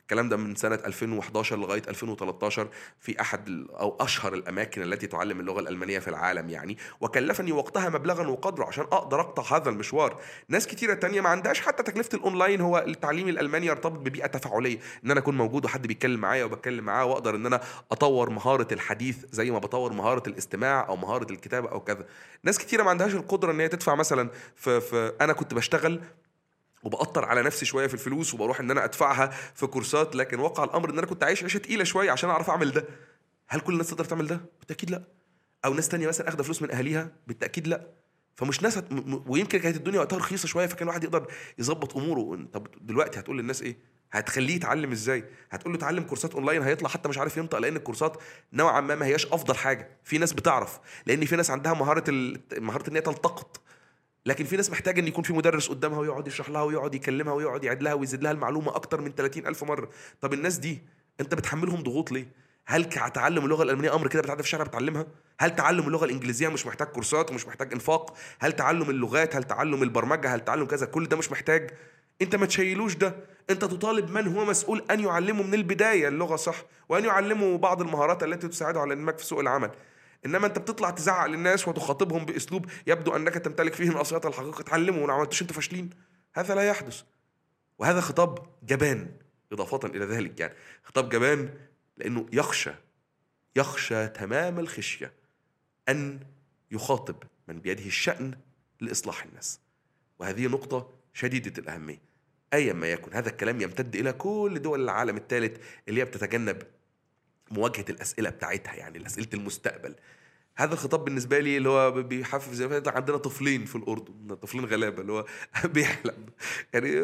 الكلام ده من سنة ألفين وحداشر لغاية ألفين وتلتاشر في أحد أو أشهر الأماكن التي تعلم اللغة الألمانية في العالم يعني، وكلفني وقتها مبلغا وقدره عشان أقدر أقطع هذا المشوار. ناس كتيرة تانية ما عندهاش حتى تكلفة الأونلاين، هو التعليم الألماني يرتبط ببيئة تفاعلية، إن أنا أكون موجود وحد بيتكلم معايا وبتكلم معاه، وأقدر إن أنا أطور مهارة الحديث زي ما بطور مهارة الاستماع أو مهارة الكتابة أو كذا. ناس كتيرة ما عندهاش القدرة إن هي تدفع مثلا في, في أنا كنت بشتغل وبقطر على نفسي شويه في الفلوس وبروح ان انا ادفعها في كورسات، لكن واقع الامر ان انا كنت عايش عيشه تقيله شويه عشان اعرف اعمل ده. هل كل الناس تقدر تعمل ده؟ بالتاكيد لا. او ناس تانية مثلا اخذ فلوس من اهاليها؟ بالتاكيد لا. فمش ناس هت... م... ويمكن كانت الدنيا وقتها رخيصه شويه فكان الواحد يقدر يظبط اموره. طب دلوقتي هتقول للناس ايه؟ هتخليه يتعلم ازاي؟ هتقول له اتعلم كورسات اونلاين، هيطلع حتى مش عارف ينطق، لان الكورسات نوعا ما ما هياش افضل حاجه. في ناس بتعرف لان في ناس عندها مهاره ال... مهاره ان هي تلتقط، لكن في ناس محتاجه ان يكون في مدرس قدامها ويقعد يشرح لها ويقعد يكلمها ويقعد يعيد لها ويزيد لها المعلومه اكتر من ثلاثين ألف مره. طب الناس دي انت بتحملهم ضغوط ليه؟ هل تعلم اللغه الالمانيه امر كده بتعدي في الشارع بتعلمها؟ هل تعلم اللغه الانجليزيه مش محتاج كورسات ومش محتاج انفاق؟ هل تعلم اللغات، هل تعلم البرمجه، هل تعلم كذا، كل ده مش محتاج؟ انت ما تشيلوش ده. انت تطالب من هو مسؤول ان يعلمه من البدايه اللغه صح، وان يعلمه بعض المهارات التي تساعده على الانماك في سوق العمل. انما انت بتطلع تزعق للناس وتخاطبهم باسلوب يبدو انك تمتلك فيه ناصيات الحقيقه. اتعلموا وما عملتوش انتوا فاشلين. هذا لا يحدث، وهذا خطاب جبان اضافه الى ذلك. يعني خطاب جبان لانه يخشى يخشى تمام الخشيه ان يخاطب من بيده الشأن لاصلاح الناس، وهذه نقطه شديده الاهميه. ايا ما يكن هذا الكلام يمتد الى كل دول العالم الثالث اللي هي بتتجنب مواجهه الاسئله بتاعتها، يعني اسئله المستقبل. هذا الخطاب بالنسبه لي اللي هو بيحفز، زي ما عندنا طفلين في الاردن، طفلين غلابه، اللي هو بيحلم يعني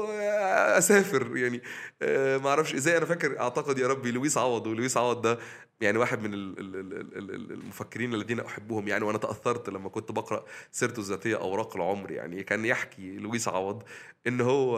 اسافر يعني. ما اعرفش ازاي. انا فاكر اعتقد يا ربي لويس عوض، ولويس عوض ده يعني واحد من المفكرين الذين احبهم يعني، وانا تاثرت لما كنت بقرا سيرته الذاتيه اوراق العمر. يعني كان يحكي لويس عوض ان هو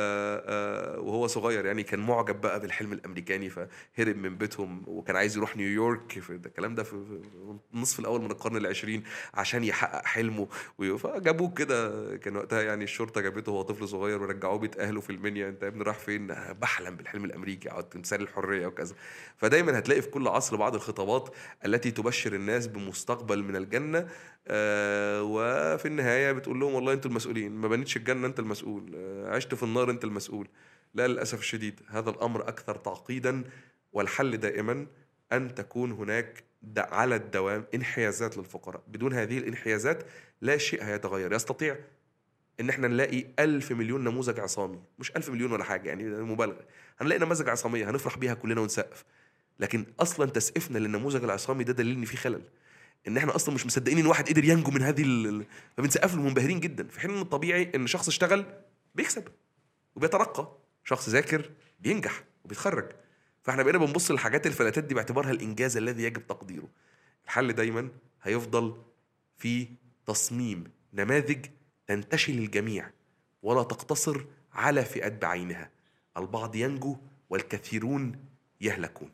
وهو صغير يعني كان معجب بقى بالحلم الامريكاني، فهرب من بيتهم وكان عايز يروح نيويورك في الكلام ده في النصف الاول من القرن العشرين عشان يحقق حلمه. فجابوه كده، كان وقتها يعني الشرطه جابته وهو طفل صغير ورجعوه بيت اهله في المنيا. انت يا ابني رايح فين؟ بحلم بالحلم الامريكي او تمثال الحريه وكذا. فدايما هتلاقي في كل عصر بعض الخطابات التي تبشر الناس بمستقبل من الجنه، آه وفي النهايه بتقول لهم والله انتوا المسؤولين، ما بنيتش الجنه انت المسؤول، آه عشت في النار انت المسؤول. لا، للاسف الشديد هذا الامر اكثر تعقيدا، والحل دائما ان تكون هناك على الدوام انحيازات للفقراء. بدون هذه الانحيازات لا شيء هيتغير. يستطيع ان احنا نلاقي ألف مليون نموذج عصامي، مش ألف مليون ولا حاجه يعني مبالغه، هنلاقي نماذج عصاميه هنفرح بيها كلنا ونسقف، لكن اصلا تسقيفنا للنموذج العصامي ده دليل ان في خلل، ان احنا اصلا مش مصدقين ان واحد قدر ينجو من هذه ال... فبنسقف له منبهرين جدا، في حين ان الطبيعي ان شخص اشتغل بيكسب وبيترقى، شخص ذاكر بينجح وبيتخرج. فاحنا بقينا بنبص للحاجات الفلاتات دي باعتبارها الانجاز الذي يجب تقديره. الحل دايما هيفضل في تصميم نماذج تنتشل الجميع ولا تقتصر على فئات بعينها. البعض ينجو والكثيرون يهلكون.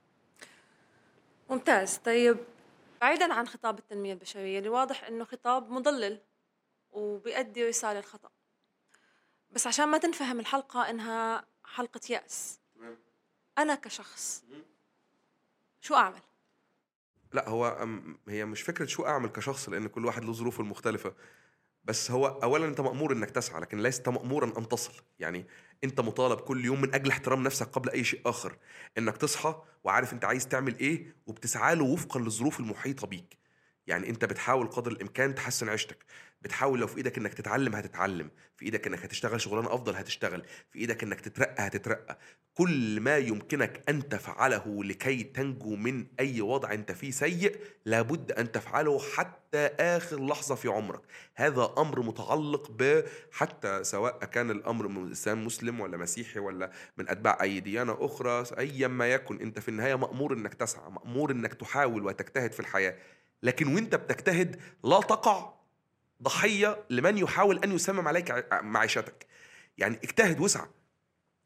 ممتاز. طيب بعيدا عن خطاب التنمية البشرية اللي واضح انه خطاب مضلل وبيؤدي رسالة الخطأ، بس عشان ما تنفهم الحلقة انها حلقة يأس، انا كشخص شو اعمل؟ لا، هو هي مش فكرة شو اعمل كشخص، لان كل واحد له ظروفه المختلفة. بس هو اولا انت مأمور انك تسعى، لكن لست مأمورا ان تصل. يعني انت مطالب كل يوم من اجل احترام نفسك قبل اي شيء اخر انك تصحى وعارف انت عايز تعمل ايه وبتسعى له وفقا للظروف المحيطة بيك. يعني انت بتحاول قدر الامكان تحسن عيشتك، بتحاول لو في ايدك انك تتعلم هتتعلم، في ايدك انك هتشتغل شغلانه افضل هتشتغل، في ايدك انك تترقى هتترقى. كل ما يمكنك ان تفعله لكي تنجو من اي وضع انت فيه سيء لابد ان تفعله حتى اخر لحظه في عمرك. هذا امر متعلق ب حتى سواء كان الامر من انسان مسلم ولا مسيحي ولا من اتباع اي ديانه اخرى، ايا ما يكن انت في النهايه مامور انك تسعى، مامور انك تحاول وتجتهد في الحياه. لكن وانت بتجتهد لا تقع ضحية لمن يحاول أن يسمم عليك معيشتك. يعني اجتهد وسع،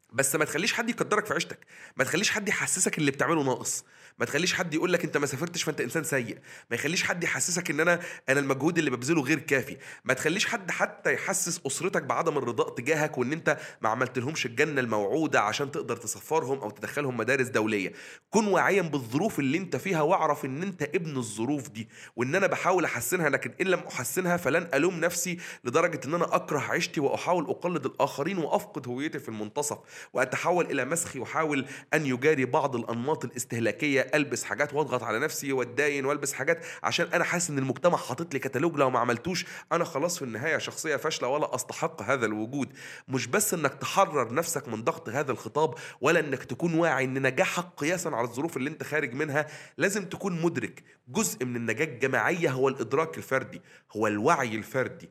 بس ما تخليش حد يقدرك في عيشتك، ما تخليش حد يحسسك اللي بتعمله ناقص، ما تخليش حد يقول لك انت ما سافرتش فانت انسان سيء، ما يخليش حد يحسسك ان انا انا المجهود اللي ببذله غير كافي، ما تخليش حد حتى يحسس اسرتك بعدم الرضاء تجاهك وان انت ما عملت لهمش الجنه الموعوده عشان تقدر تسفرهم او تدخلهم مدارس دوليه. كن واعيا بالظروف اللي انت فيها، واعرف ان انت ابن الظروف دي، وان انا بحاول احسنها، لكن ان لم احسنها فلن الوم نفسي لدرجه ان انا اكره عيشتي واحاول اقلد الاخرين وافقد هويتي في المنتصف، واتحول الى مسخي واحاول ان يجاري بعض الانماط الاستهلاكيه، البس حاجات واضغط على نفسي واتداين والبس حاجات عشان انا حاسس ان المجتمع حاطط لي كتالوج لو ما عملتوش انا خلاص في النهايه شخصيه فاشله ولا استحق هذا الوجود. مش بس انك تحرر نفسك من ضغط هذا الخطاب، ولا انك تكون واعي ان نجاحك قياسا على الظروف اللي انت خارج منها، لازم تكون مدرك جزء من النجاة الجماعيه هو الادراك الفردي، هو الوعي الفردي،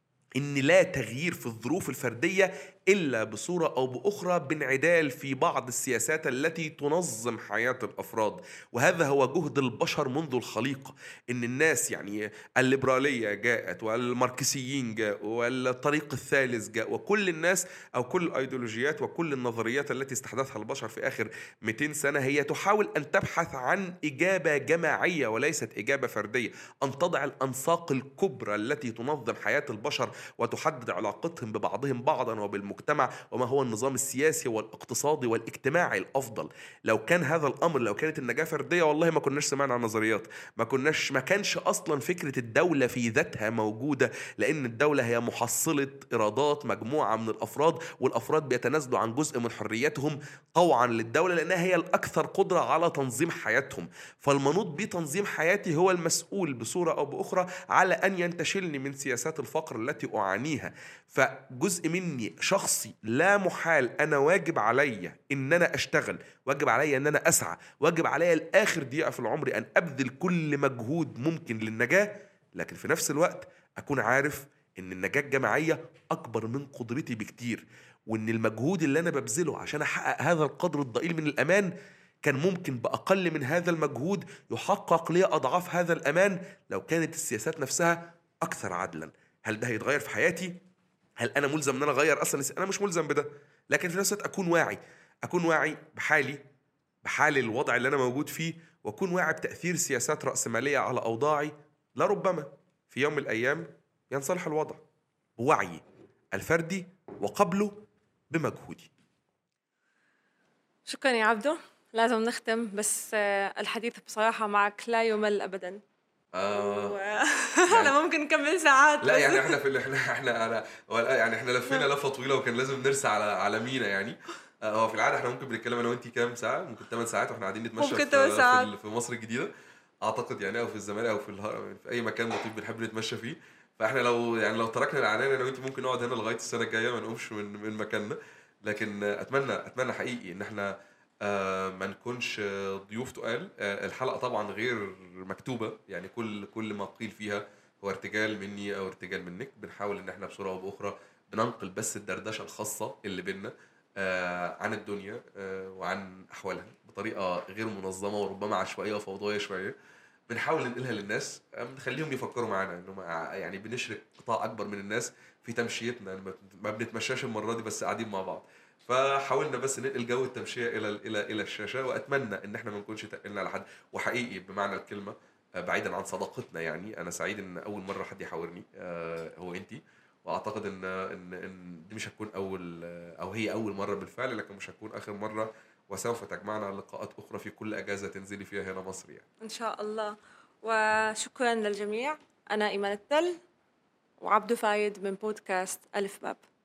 إن لا تغيير في الظروف الفردية إلا بصورة أو بأخرى بانعدال في بعض السياسات التي تنظم حياة الأفراد. وهذا هو جهد البشر منذ الخليقة، إن الناس يعني الليبرالية جاءت والماركسيين جاءوا والطريق الثالث جاء، وكل الناس أو كل الأيديولوجيات وكل النظريات التي استحدثها البشر في آخر مئتين سنة هي تحاول أن تبحث عن إجابة جماعية وليست إجابة فردية، أن تضع الأنساق الكبرى التي تنظم حياة البشر وتحدد علاقتهم ببعضهم بعضا وبالمجتمع، وما هو النظام السياسي والاقتصادي والاجتماعي الأفضل. لو كان هذا الأمر، لو كانت النجاة فردية، والله ما كناش سمعنا عن نظريات، ما كناش ما كانش أصلا فكرة الدولة في ذاتها موجودة، لأن الدولة هي محصلة إرادات مجموعة من الأفراد، والأفراد بيتنازلوا عن جزء من حرياتهم طوعا للدولة لأنها هي الأكثر قدرة على تنظيم حياتهم. فالمنوط بتنظيم حياتي هو المسؤول بصورة أو بأخرى على أن ينتشلني من سياسات الفقر التي أعانيها. فجزء مني شخصي لا محال، أنا واجب علي إن أنا أشتغل، واجب علي إن أنا أسعى، واجب علي الآخر دقيقة في العمر أن أبذل كل مجهود ممكن للنجاة، لكن في نفس الوقت أكون عارف إن النجاة الجماعية أكبر من قدرتي بكتير، وإن المجهود اللي أنا ببذله عشان أحقق هذا القدر الضئيل من الأمان كان ممكن بأقل من هذا المجهود يحقق لي أضعاف هذا الأمان لو كانت السياسات نفسها أكثر عدلا. هل ده هيتغير في حياتي؟ هل أنا ملزم أن أنا أغير أصلا؟ أنا مش ملزم بده، لكن في نفس الوقت أكون واعي، أكون واعي بحالي، بحال الوضع اللي أنا موجود فيه، وأكون واعي بتأثير سياسات رأسمالية على أوضاعي. لربما في يوم من الأيام ينصلح الوضع بوعي الفردي وقبله بمجهودي. شكرا يا عبدو، لازم نختم، بس الحديث بصراحة معك لا يمل أبدا. آه و... يعني أنا ممكن نكمل ساعات. لا بس يعني احنا في اللي احنا احنا أنا يعني احنا لفينا لفه طويله وكان لازم نرسى على على مينا يعني. آه، هو في العاده احنا ممكن بنتكلم انا وانتي كام ساعه، ممكن ثمان ساعات واحنا قاعدين نتمشى ممكن في ثمان في ساعات. ال- في مصر الجديده اعتقد يعني، او في الزمالك او في الهر... في اي مكان لطيف بنحب نتمشى فيه. فاحنا لو يعني لو تركنا العنان انا وانتي ممكن نقعد هنا لغايه السنه الجايه ما نقومش من من مكاننا. لكن آه، اتمنى اتمنى حقيقي ان احنا آه، ما نكونش آه، ضيوف تقال. آه، الحلقه طبعا غير مكتوبه يعني، كل كل ما قيل فيها هو ارتجال مني او ارتجال منك. بنحاول ان احنا بصوره او باخرى بننقل بس الدردشه الخاصه اللي بينا آه، عن الدنيا آه، وعن احوالها بطريقه غير منظمه وربما عشوائيه وفوضويه شويه. بنحاول ننقلها للناس، آه، بنخليهم يفكروا معانا انه يعني بنشرك قطاع اكبر من الناس في تمشيتنا، ما ما بنتمشاش المره دي بس قاعدين مع بعض. فحاولنا بس ننقل جو التمشيه الى الى الى الشاشه، واتمنى ان احنا ما نكونش تقلنا على حد. وحقيقي بمعنى الكلمه آه، بعيدا عن صداقتنا يعني، انا سعيد ان اول مره حد يحاورني آه، هو انتي. واعتقد ان ان ان دي مش هتكون اول آه، او هي اول مره بالفعل، لكن مش هتكون اخر مره، وسوف تجمعنا لقاءات اخرى في كل اجازه تنزلي فيها هنا مصر يعني. إن شاء الله. وشكرا للجميع. أنا إيمان التل وعبدو فايد من بودكاست ألف باب.